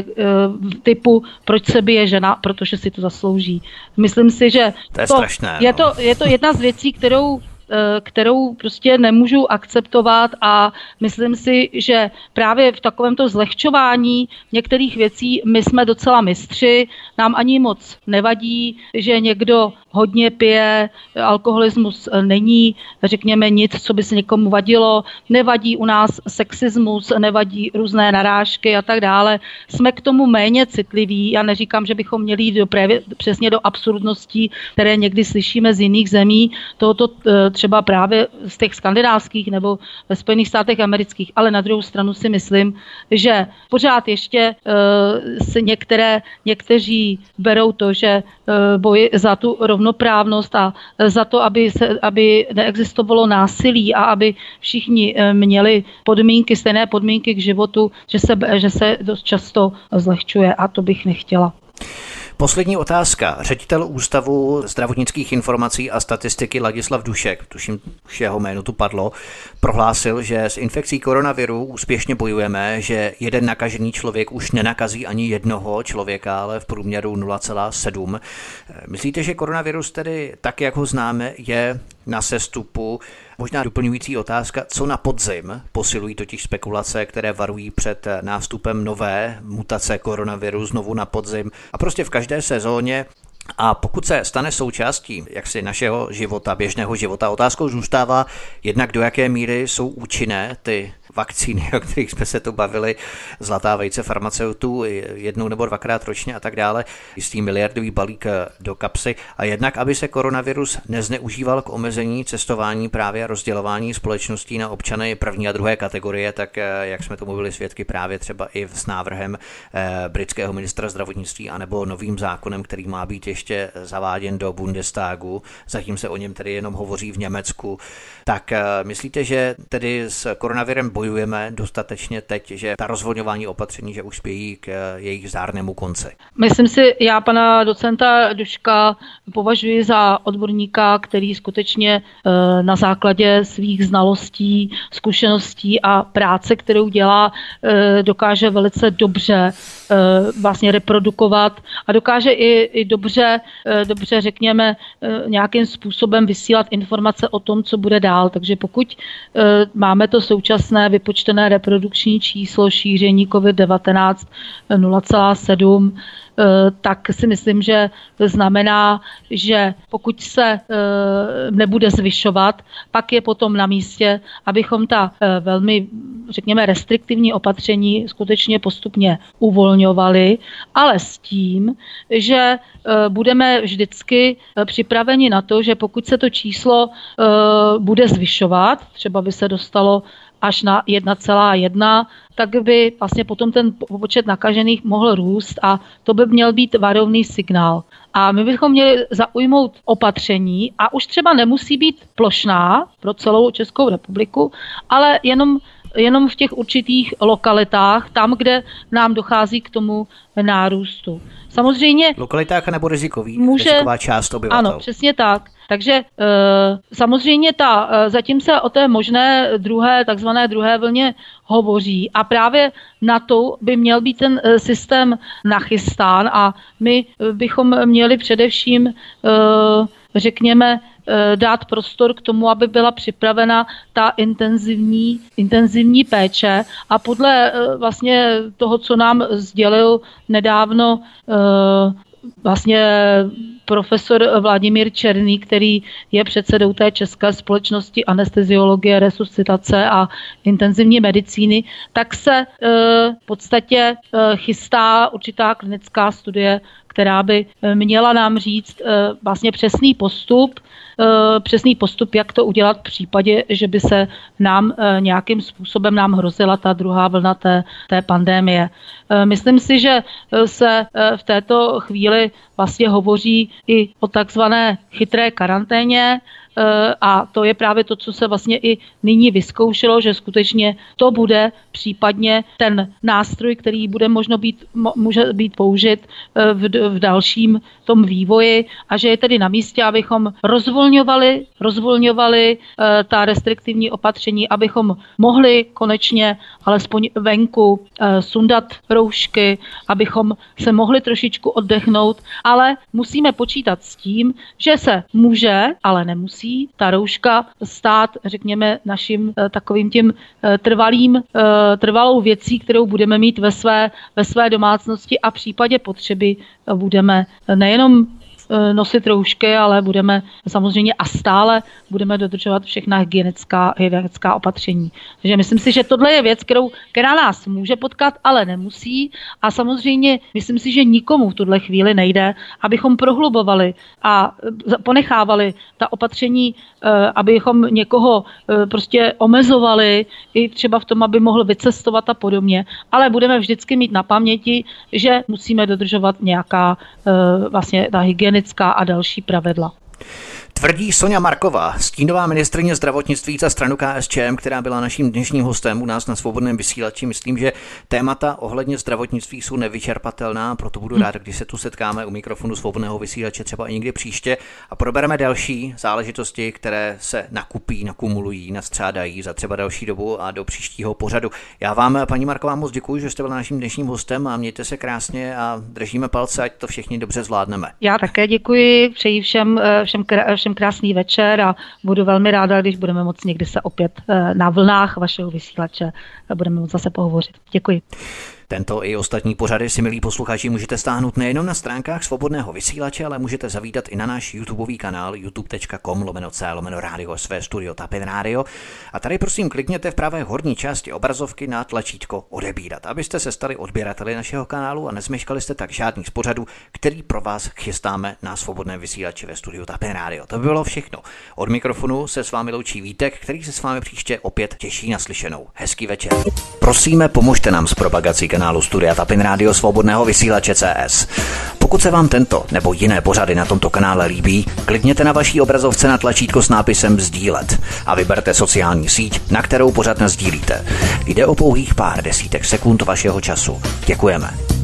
typu, proč se bije žena, protože si to zaslouží. Myslím si, že to je strašné, je to jedna z věcí, kterou prostě nemůžu akceptovat a myslím si, že právě v takovémto zlehčování některých věcí my jsme docela mistři, nám ani moc nevadí, že někdo hodně pije, alkoholismus není, řekněme, nic, co by se někomu vadilo, nevadí u nás sexismus, nevadí různé narážky a tak dále. Jsme k tomu méně citliví, já neříkám, že bychom měli jít přesně do absurdností, které někdy slyšíme z jiných zemí, tohoto třeba právě z těch skandinávských nebo ve Spojených státech amerických, ale na druhou stranu si myslím, že pořád ještě si někteří berou to, že boj za tu rovnoprávnost a za to, aby neexistovalo násilí a aby všichni měli stejné podmínky k životu, že se dost často zlehčuje a to bych nechtěla. Poslední otázka. Ředitel Ústavu zdravotnických informací a statistiky Ladislav Dušek, tuším, už jeho jméno tu padlo, prohlásil, že s infekcí koronaviru úspěšně bojujeme, že jeden nakažený člověk už nenakazí ani jednoho člověka, ale v průměru 0,7. Myslíte, že koronavirus tedy tak, jak ho známe, je na sestupu? Možná doplňující otázka, co na podzim? Posilují totiž spekulace, které varují před nástupem nové mutace koronaviru znovu na podzim a prostě v každé sezóně. A pokud se stane součástí jaksi našeho života, běžného života, otázkou zůstává jednak do jaké míry jsou účinné ty vakcíny, o kterých jsme se tu bavili, zlatá vejce farmaceutů jednou nebo dvakrát ročně a tak dále, jistý miliardový balík do kapsy a jednak, aby se koronavirus nezneužíval k omezení cestování právě rozdělování společností na občany první a druhé kategorie, tak jak jsme tomu byli svědky právě třeba i s návrhem britského ministra zdravotnictví anebo novým zákonem, který má být ještě zaváděn do Bundestagu. Zatím se o něm tedy jenom hovoří v Německu. Tak myslíte, že tedy s koronavirem bojujeme dostatečně teď, že ta rozvolňování opatření, že už spějí k jejich zdárnému konci? Myslím si, já pana docenta Duška považuji za odborníka, který skutečně na základě svých znalostí, zkušeností a práce, kterou dělá, dokáže velice dobře vlastně reprodukovat a dokáže i dobře řekněme nějakým způsobem vysílat informace o tom, co bude dál. Takže pokud máme to současné vypočtené reprodukční číslo šíření COVID-19 0,7, tak si myslím, že to znamená, že pokud se nebude zvyšovat, pak je potom na místě, abychom ta velmi, řekněme, restriktivní opatření skutečně postupně uvolňovali, ale s tím, že budeme vždycky připraveni na to, že pokud se to číslo bude zvyšovat, třeba by se dostalo až na 1,1, tak by vlastně potom ten počet nakažených mohl růst a to by měl být varovný signál. A my bychom měli zaujmout opatření a už třeba nemusí být plošná pro celou Českou republiku, ale jenom v těch určitých lokalitách, tam, kde nám dochází k tomu nárůstu. Samozřejmě lokalitách nebo riziková část obyvatel. Ano, přesně tak. Takže samozřejmě zatím se o té možné takzvané druhé vlně hovoří a právě na to by měl být ten systém nachystán a my bychom měli především, řekněme, dát prostor k tomu, aby byla připravena ta intenzivní péče a podle vlastně toho, co nám sdělil nedávno vlastně profesor Vladimír Černý, který je předsedou té České společnosti anesteziologie, resuscitace a intenzivní medicíny, tak se v podstatě chystá určitá klinická studie, která by měla nám říct vlastně přesný postup, jak to udělat v případě, že by se nám nějakým způsobem hrozila ta druhá vlna té pandémie. Myslím si, že se v této chvíli vlastně hovoří i o takzvané chytré karanténě, a to je právě to, co se vlastně i nyní vyzkoušelo, že skutečně to bude případně ten nástroj, který může být použit v dalším tom vývoji a že je tedy na místě, abychom rozvolňovali ta restriktivní opatření, abychom mohli konečně alespoň venku sundat roušky, abychom se mohli trošičku oddechnout, ale musíme počítat s tím, že se může, ale nemusí ta rouška stát, řekněme, naším takovým tím trvalou věcí, kterou budeme mít ve své domácnosti a v případě potřeby budeme nejenom nosit roušky, ale budeme samozřejmě a stále budeme dodržovat všechna hygienická opatření. Takže myslím si, že tohle je věc, která nás může potkat, ale nemusí. A samozřejmě myslím si, že nikomu v tuhle chvíli nejde, abychom prohlubovali a ponechávali ta opatření, abychom někoho prostě omezovali i třeba v tom, aby mohl vycestovat a podobně. Ale budeme vždycky mít na paměti, že musíme dodržovat nějaká vlastně ta hygienická a další pravidla. Tvrdí Soňa Marková, stínová ministryně zdravotnictví za stranu KSČM, která byla naším dnešním hostem u nás na Svobodném vysílači. Myslím, že témata ohledně zdravotnictví jsou nevyčerpatelná, proto budu rád, když se tu setkáme u mikrofonu Svobodného vysílače třeba i někdy příště a probereme další záležitosti, které se nakupí, nakumulují, nastřádají za třeba další dobu a do příštího pořadu. Já vám, paní Marková, moc děkuji, že jste byla naším dnešním hostem a mějte se krásně a držíme palce, ať to všichni dobře zvládneme. Já také děkuji, přeji všem krásný večer a budu velmi ráda, když budeme moct někdy se opět na vlnách vašeho vysílače budeme moct zase pohovořit. Děkuji. Tento i ostatní pořady si, milí posluchači, můžete stáhnout nejenom na stránkách Svobodného vysílače, ale můžete zavítat i na náš YouTubeový kanál youtube.com/radio své studio Tapin Radio. A tady prosím klikněte v pravé horní části obrazovky na tlačítko odebírat, abyste se stali odběrateli našeho kanálu a nezmeškali jste tak žádný z pořadů, který pro vás chystáme na Svobodném vysílači ve studiu Tapin Radio. To by bylo všechno. Od mikrofonu se s vámi loučí Vítek, který se s vámi příště opět těší na slyšenou. Hezký večer. Prosíme, pomožte nám s propagací kanálu Studia Tapin Radio Svobodného vysílače CS. Pokud se vám tento nebo jiné pořady na tomto kanále líbí, klikněte na vaší obrazovce na tlačítko s nápisem sdílet a vyberte sociální síť, na kterou pořad nasdílíte. Jde o pouhých pár desítek sekund vašeho času. Děkujeme.